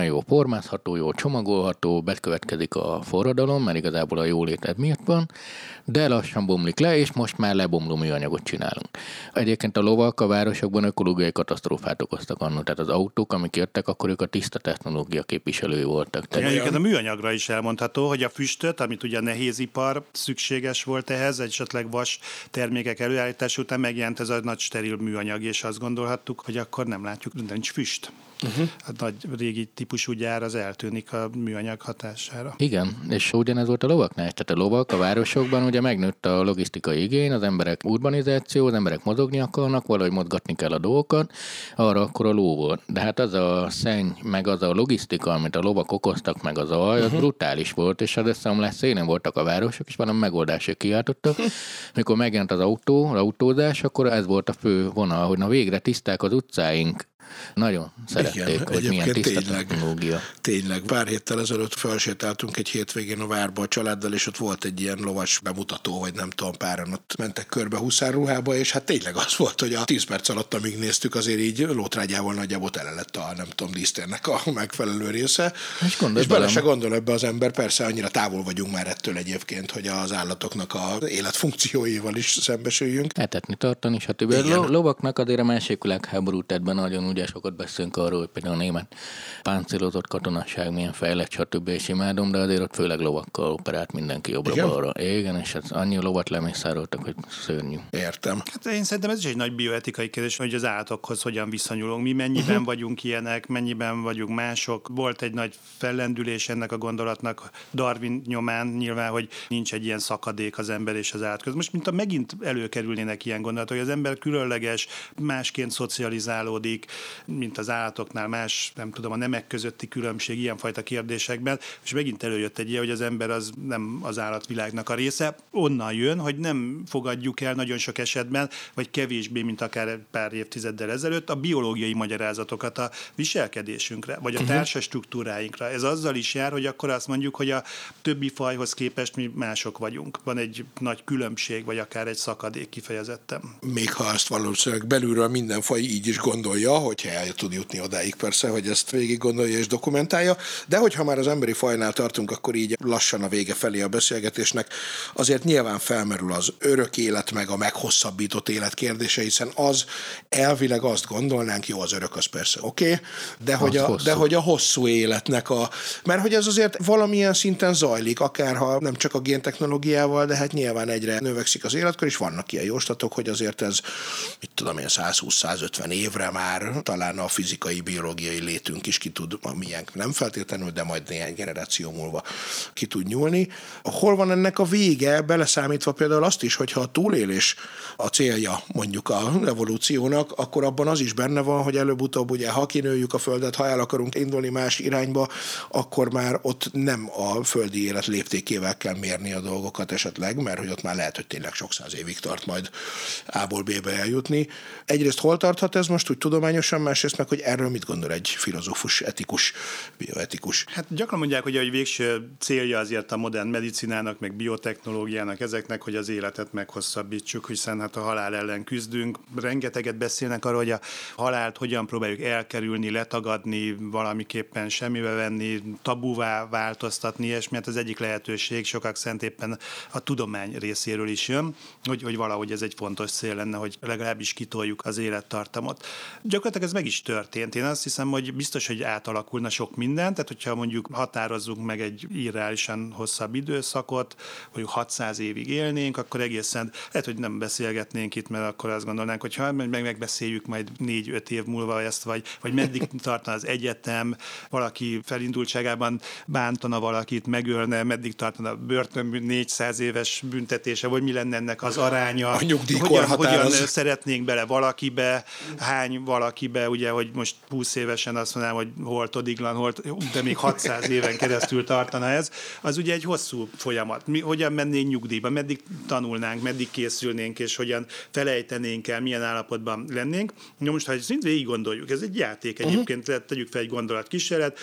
jó formázható, jó csomagolható, bekövetkezik a forradalom, mert igazából a jólét miatt van, de lassan bomlik le, és most már lebomló műanyagot csinálunk. Egyébként a lovak a városokban ökológiai katasztrófát okoztak annak, tehát az autók, amik jöttek, akkor ők a tiszta technológia képviselői voltak. Tehát egyébként a műanyagra is elmondható, hogy a füstöt, amit ugye a nehézipar szükséges volt ehhez, esetleg vas termékek előállítása után megjelent ez a nagy steril műanyag, és azt gondolhattuk, hogy akkor nem látjuk, nincs füst. Uh-huh. A nagy régi típusú gyár az eltűnik a műanyag hatására. Igen, és ugyanez volt a lovaknál. Tehát a lovak a városokban ugye megnőtt a logisztikai igény, az emberek urbanizáció, az emberek mozogni akarnak, valahogy mozgatni kell a dolgokat, arra akkor a ló volt. De hát az a szenny, meg az a logisztika, amit a lovak okoztak, meg az zaj, az uh-huh. brutális volt, és az összeomlás szélén voltak a városok, és valami megoldásért kiáltottak. Mikor megjelent az autó, az autózás, akkor ez volt a fő vonal, hogy na végre tiszták az utcáink. Nagyon szerették, igen, hogy milyen tiszta tényleg, technológia. Tényleg. Pár héttel ezelőtt felsétáltunk egy hétvégén a várba a családdal, és ott volt egy ilyen lovas bemutató, vagy nem tudom, páran ott mentek körbe huszárruhába, és hát tényleg az volt, hogy a tíz perc alatt, amíg néztük, azért így lótrágyával nagyjából tele lett a, nem tudom, dísztérnek a megfelelő része. És, és bele se gondol ebbe az ember, persze annyira távol vagyunk már ettől egyébként, hogy az állatoknak az életfunkcióival is szembesüljünk. Etetni, tartani, stb. A lovaknak azért a másik világháború tettben nagyon ugye sokat beszélünk arról, hogy például a német páncélozott katonasság milyen fejlett, stb. És imádom, de azért ott főleg lovakkal operált mindenki jobbra-balra. Igen? Igen, és hát annyi lovat lemészároltak, hogy szörnyű. Értem. Hát én szerintem ez is egy nagy bioetikai kérdés, hogy az állatokhoz hogyan viszonyulunk. Mi mennyiben uh-huh. vagyunk ilyenek, mennyiben vagyunk mások. Volt egy nagy fellendülés ennek a gondolatnak Darwin nyomán nyilván, hogy nincs egy ilyen szakadék az ember és az állat között. Most mint a megint előkerülnének ilyen gondolatok, hogy az ember különleges, másként szocializálódik, mint az állatoknál más, nem tudom, a nemek közötti különbség ilyenfajta kérdésekben, és megint előjött egy ilyen, hogy az ember az nem az állatvilágnak a része. Onnan jön, hogy nem fogadjuk el nagyon sok esetben, vagy kevésbé, mint akár pár évtizeddel ezelőtt, a biológiai magyarázatokat a viselkedésünkre, vagy a uh-huh. társas struktúráinkra. Ez azzal is jár, hogy akkor azt mondjuk, hogy a többi fajhoz képest mi mások vagyunk. Van egy nagy különbség, vagy akár egy szakadék kifejezetten. Még ha azt valószínűleg belülről minden faj így is gondolja, hogyha el tud jutni odáig persze, hogy ezt végig gondolja és dokumentálja, de hogyha már az emberi fajnál tartunk, akkor így lassan a vége felé a beszélgetésnek azért nyilván felmerül az örök élet meg a meghosszabbított élet kérdése, hiszen az elvileg azt gondolnánk, jó, az örök az persze oké, okay, de, hogy a, de hogy a hosszú életnek a, mert hogy ez azért valamilyen szinten zajlik, akárha nem csak a géntechnológiával, de hát nyilván egyre növekszik az életkor, és vannak ilyen jóslatok, hogy azért ez, mit tudom én, százhúsz-százötven évre már talán a fizikai, biológiai létünk is ki tud, amilyen nem feltétlenül, de majd néhány generáció múlva ki tud nyúlni. Hol van ennek a vége, beleszámítva például azt is, hogyha a túlélés a célja mondjuk a evolúciónak, akkor abban az is benne van, hogy előbb-utóbb ugye, ha kinőjük a Földet, ha el akarunk indulni más irányba, akkor már ott nem a földi élet léptékével kell mérni a dolgokat esetleg, mert hogy ott már lehet, hogy tényleg sok száz évig tart majd A-ból B-be eljutni. Egyrészt hol tarthat ez most úgy tudományosan, másrészt meg, hogy erről mit gondol egy filozófus, etikus, bioetikus? Hát gyakran mondják, hogy a végső célja azért a modern medicinának, meg biotechnológiának ezeknek, hogy az életet meghosszabbítsuk, hiszen hát a halál ellen küzdünk. Rengeteget beszélnek arról, hogy a halált hogyan próbáljuk elkerülni, letagadni, valamiképpen semmibe venni, tabuvá változtatni, és mert az egyik lehetőség sokak szerint éppen a tudomány részéről is jön, hogy, hogy valahogy ez egy fontos cél lenne, hogy legalábbis kitoljuk az élettartamot. Gyakorlatilag ez meg is történt. Én azt hiszem, hogy biztos, hogy átalakulna sok minden, tehát hogyha mondjuk határozzunk meg egy irreálisan hosszabb időszakot, mondjuk hatszáz évig élnénk, akkor egészen lehet, hogy nem beszélgetnénk itt, mert akkor azt gondolnánk, hogy ha meg megbeszéljük majd négy-öt év múlva ezt, vagy, vagy meddig tartana az egyetem, valaki felindultságában bántana valakit, megölne, meddig tartana a börtön négyszáz éves büntetése, vagy mi lenne ennek az aránya, a hogyan, hogyan szeretnénk bele valakibe, hány valakibe, ugye, hogy most húsz évesen azt mondanám, hogy holt odiglan, holt, de még hatszáz éven keresztül tartana ez, az ugye egy hosszú folyamat. Mi hogyan mennénk nyugdíjba, meddig tanulnánk, meddig készülnénk, és hogyan felejtenénk el, milyen állapotban lennénk. Na most, ha ezt mind végig gondoljuk, ez egy játék egyébként, uh-huh. tegyük fel egy gondolatkísérlet,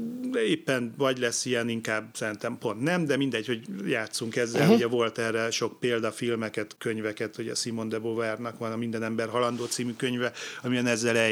éppen vagy lesz ilyen, inkább szerintem pont nem, de mindegy, hogy játszunk ezzel, uh-huh. ugye volt erre sok példafilmeket, könyveket, ugye Simone de Beauvoirnak van a Minden ember halandó című könyve, amilyen ezzel eljátszunk.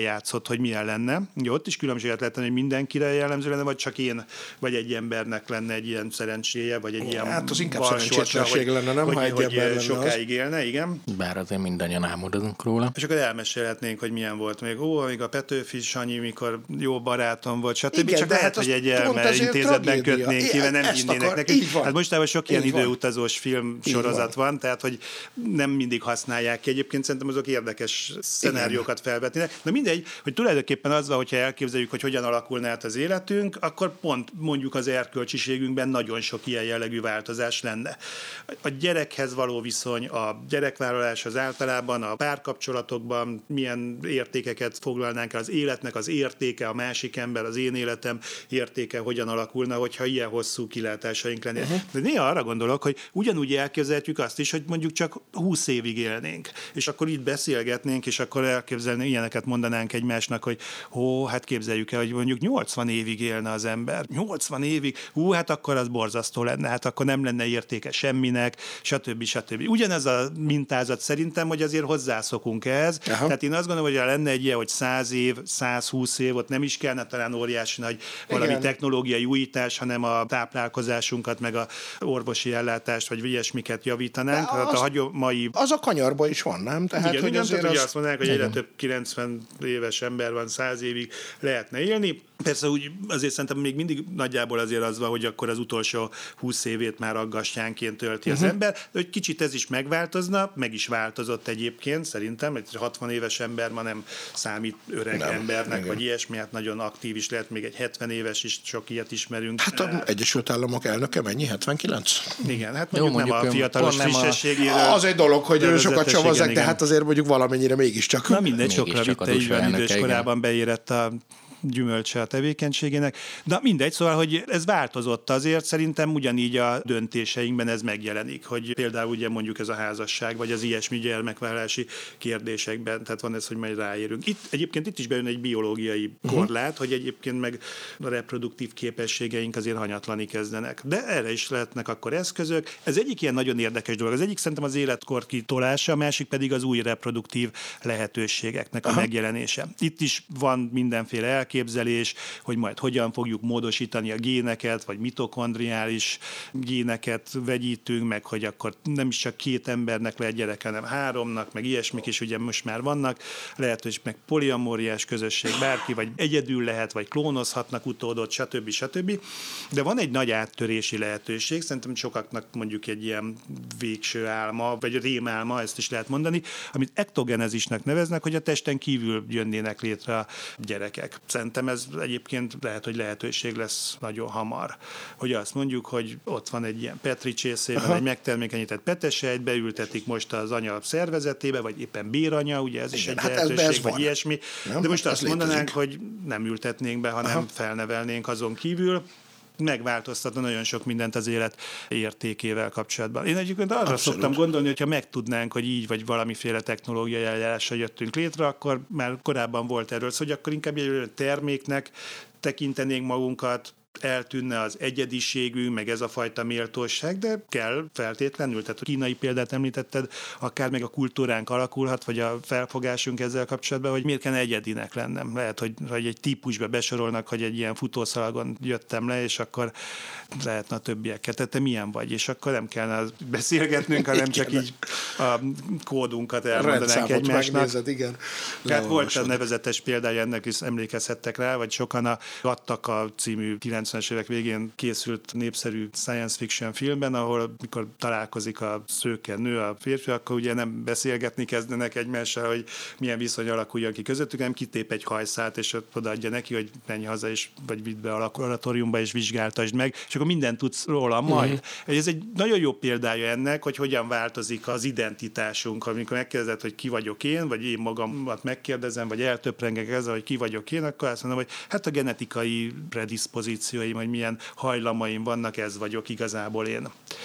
játszott, hogy milyen lenne. Ugye ott is különbséget lehet tenni, hogy mindenkire jellemző lenne, vagy csak én, vagy egy embernek lenne egy ilyen szerencséje, vagy egy ilyen hát az inkább balsorsa, szerencsétlenség hogy, lenne, nem? hogy, Ha egy hogy ember lenne sokáig élne, igen. Bár azért mindannyian álmodozunk róla. És akkor elmesélhetnénk, hogy milyen volt még. Ó, még a Petőfi Sanyi, mikor jó barátom volt, stb. Igen, Csak de lehet, hát hogy egy tragédia. intézetben kötnénk ki, mert nem Ezt hinnének akar, nekünk. így van. Hát mostában sok ilyen Így van. időutazós film Így sorozat van. van, tehát hogy nem mindig használják ki. Egyébként szerintem azok érdekes szenáriókat felvetnének. De mindegy, hogy tulajdonképpen az van, hogyha elképzeljük, hogy hogyan alakulna át az életünk, akkor pont mondjuk az erkölcsiségünkben nagyon sok ilyen jellegű változás lenne. A gyerekhez való viszony, a gyerekvállalás az általában, a párkapcsolatokban milyen értékeket foglalnánk el, az életnek az értéke, a másik ember, az én életem értéke hogyan alakulna, hogyha ilyen hosszú kilátásaink lennének. Uh-huh. De néha arra gondolok, hogy ugyanúgy elképzelhetjük azt is, hogy mondjuk csak húsz évig élnénk, és akkor itt beszélgetnénk, és akkor elképzelni, ilyeneket mondanánk egymásnak, hogy ó, hát képzeljük el, hogy mondjuk nyolcvan évig élne az ember. nyolcvan évig, hú, hát akkor az borzasztó lenne, hát akkor nem lenne értéke semminek, stb. stb. Ugyanez a mintázat szerintem, hogy azért hozzászokunk ehhez. Aha. Tehát én azt gondolom, hogy ha lenne egy ilyen, hogy száz év, százhúsz év, ott nem is kellene talán óriási nagy valami igen. technológiai újítás, hanem a táplálkozásunkat, meg a orvosi ellátást, vagy ilyesmiket javítanánk. Az, hát a hagyomai... az a kanyarban is van, nem? Tehát, igen, hogy igen, azért tehát, az... azt mondanák, hogy egyre több kilencven éves ember van, száz évig lehetne élni. Persze úgy azért szerintem még mindig nagyjából azért az van, hogy akkor az utolsó húsz évét már aggastyánként tölti uh-huh. az ember, de hogy kicsit ez is megváltozna, meg is változott egyébként szerintem, egy hatvan éves ember ma nem számít öreg nem, embernek, igen. vagy ilyesmi, hát nagyon aktív is lehet, még egy hetven éves is, sok ilyet ismerünk. Hát az Egyesült Államok elnöke mennyi? hetvenkilenc? Igen, hát mondjuk, jó, mondjuk nem a fiatalos frissességéről. Az egy dolog, hogy sokat savazzák, de hát azért mondjuk valamennyire mégiscsak. Na mindegy, sokra vitte, így van, idős korában beérett a gyümölcse a tevékenységének. De mindegy, szóval, hogy ez változott azért, szerintem ugyanígy a döntéseinkben ez megjelenik, hogy például ugye mondjuk ez a házasság, vagy az ilyesmi gyermekvállalási kérdésekben, tehát van ez, hogy majd ráérünk. Itt egyébként itt is bejön egy biológiai korlát, uh-huh. hogy egyébként meg a reproduktív képességeink azért hanyatlani kezdenek. De erre is lehetnek akkor eszközök. Ez egyik ilyen nagyon érdekes dolog. Az egyik szerintem az életkor kitolása, a másik pedig az új reproduktív lehetőségeknek a uh-huh. megjelenése. Itt is van mindenféle elképzelés, hogy majd hogyan fogjuk módosítani a géneket, vagy mitokondriális géneket vegyítünk, meg hogy akkor nem is csak két embernek lehet gyereke, hanem háromnak, meg ilyesmik is ugye most már vannak. Lehet, hogy meg poliamóriás közösség, bárki, vagy egyedül lehet, vagy klónozhatnak utódot, stb. stb. De van egy nagy áttörési lehetőség, szerintem sokaknak mondjuk egy ilyen végső álma, vagy rémálma, ezt is lehet mondani, amit ektogenezisnek neveznek, hogy a testen kívül jönnének létre a gyerekek. Szerintem ez egyébként lehet, hogy lehetőség lesz nagyon hamar. Hogy azt mondjuk, hogy ott van egy ilyen Petri csészében, aha. egy megtermékenyített petesejt, beültetik most az anya szervezetébe, vagy éppen béranya, ugye ez is igen, egy hát lehetőség, ez vagy van. Ilyesmi. Nem? De most ez azt létezik. Mondanánk, hogy nem ültetnénk be, hanem aha. felnevelnénk azon kívül, megváltoztatna nagyon sok mindent az élet értékével kapcsolatban. Én egyébként arra abszolút. Szoktam gondolni, hogyha megtudnánk, hogy így vagy valamiféle technológiai eljárással jöttünk létre, akkor már korábban volt erről szó, hogy akkor inkább egy terméknek tekintenénk magunkat, eltűnne az egyediségünk, meg ez a fajta méltóság, de kell feltétlenül, tehát a kínai példát említetted, akár meg a kultúránk alakulhat, vagy a felfogásunk ezzel kapcsolatban, hogy miért kellene egyedinek lennem. Lehet, hogy, hogy egy típusba besorolnak, hogy egy ilyen futószalagon jöttem le, és akkor lehetne a többieket. Tehát te milyen vagy? És akkor nem kellene beszélgetnünk, hanem csak így a kódunkat elmondanánk egymásnak. Megnézed, igen. Tehát volt a nevezetes példája, ennek is emlékezhettek rá, vagy sokan a Gattaca című kilencvenes évek végén készült népszerű science fiction filmben, ahol mikor találkozik a szőke nő, a férfi, akkor ugye nem beszélgetni kezdenek egymással, hogy milyen viszony alakuljon ki közöttük, hanem kitép egy hajszát, és odaadja neki, hogy menj haza, és vagy vidd be a laboratóriumba, és vizsgáltasd meg, és akkor mindent tudsz róla majd. Mm-hmm. Ez egy nagyon jó példája ennek, hogy hogyan változik az identitásunk, amikor megkérdezed, hogy ki vagyok én, vagy én magamat megkérdezem, vagy eltöprengek ezzel, hogy ki vagyok én, akkor azt mondom, hogy hát a genetikai predispozícióim, hogy milyen hajlamaim vannak, ez vagyok igazából én.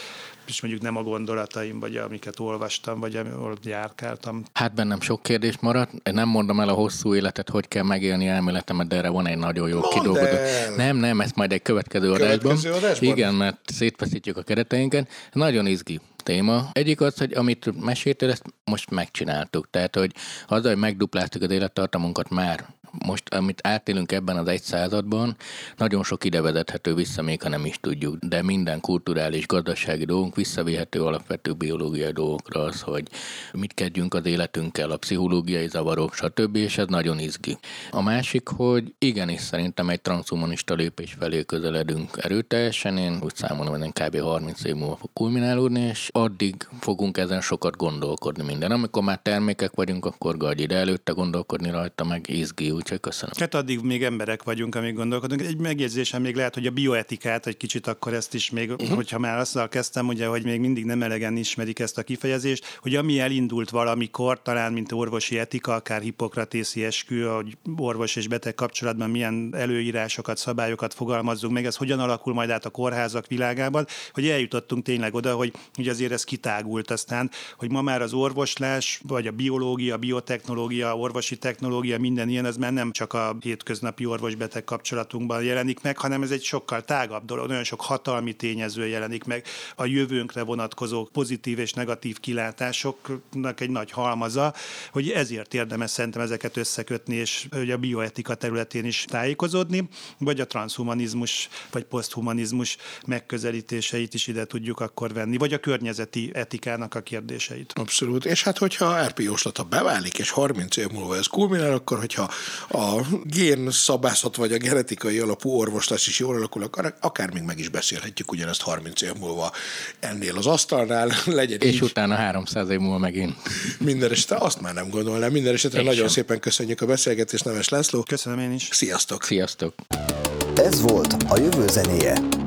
És mondjuk nem a gondolataim, vagy amiket olvastam, vagy ahol járkáltam. Hát bennem sok kérdés maradt. Nem mondom el a hosszú életet, hogy kell megélni elméletemet, de erre van egy nagyon jó kidolgozó. Nem, nem, ezt majd egy következő, következő adásban. adásban. Igen, mert szétfeszítjük a kereteinket. Nagyon izgi. téma. Egyik az, hogy amit meséltél, ezt most megcsináltuk. Tehát, hogy azzal, hogy megdupláztuk az élettartamunkat már, most, amit átélünk ebben az egy században, nagyon sok ide vezethető vissza, még ha nem is tudjuk, de minden kulturális, gazdasági dolgunk visszavihető alapvető biológiai dolgokra az, hogy mit kezdjünk az életünkkel, a pszichológiai zavarok, stb., és ez nagyon izgi. A másik, hogy igenis szerintem egy transhumanista lépés felé közeledünk erőteljesen, én úgy számolom, hogy kb. harminc év múlva fog kulminálódni, és addig fogunk ezen sokat gondolkodni minden. Amikor már termékek vagyunk, akkor gagyi, de előtte gondolkodni rajta meg izgi, úgyhogy köszönöm. Hát addig még emberek vagyunk, amíg gondolkodunk. Egy megjegyzésem még lehet, hogy a bioetikát egy kicsit akkor ezt is még, uh-huh. hogyha már azzal kezdtem, ugye, hogy még mindig nem elegen ismerik ezt a kifejezést, hogy ami elindult valamikor, talán mint orvosi etika, akár hippokratészi eskü, hogy orvos és beteg kapcsolatban milyen előírásokat, szabályokat fogalmazzunk meg, ez hogyan alakul majd át a kórházak világában, hogy eljutottunk tényleg oda, hogy, hogy azért ez kitágult aztán, hogy ma már az orvoslás, vagy a biológia, a biotechnológia, orvosi technológia, minden ilyen, az már nem csak a hétköznapi orvos-beteg kapcsolatunkban jelenik meg, hanem ez egy sokkal tágabb dolog, nagyon sok hatalmi tényező jelenik meg, a jövőnkre vonatkozó pozitív és negatív kilátásoknak egy nagy halmaza, hogy ezért érdemes szerintem ezeket összekötni, és hogy a bioetika területén is tájékozódni, vagy a transhumanizmus, vagy poszthumanizmus megközelítéseit is ide tudjuk akkor venni, vagy a környezeti etikának a kérdéseit. Abszolút, és hát hogyha er pé jóslata beválik, és harminc év múlva ez kulminál, akkor hogyha a gén szabászat vagy a genetikai alapú orvoslás is jól alakul, akár, akár még meg is beszélhetjük ugyanezt harminc év múlva ennél az asztalnál, legyen és így. utána háromszáz év múlva megint. Minden esetre azt már nem gondolnám. Minden esetre én nagyon sem. Szépen köszönjük a beszélgetést, Nemes László. Köszönöm én is. Sziasztok! Sziasztok! Ez volt a Jövő zenéje.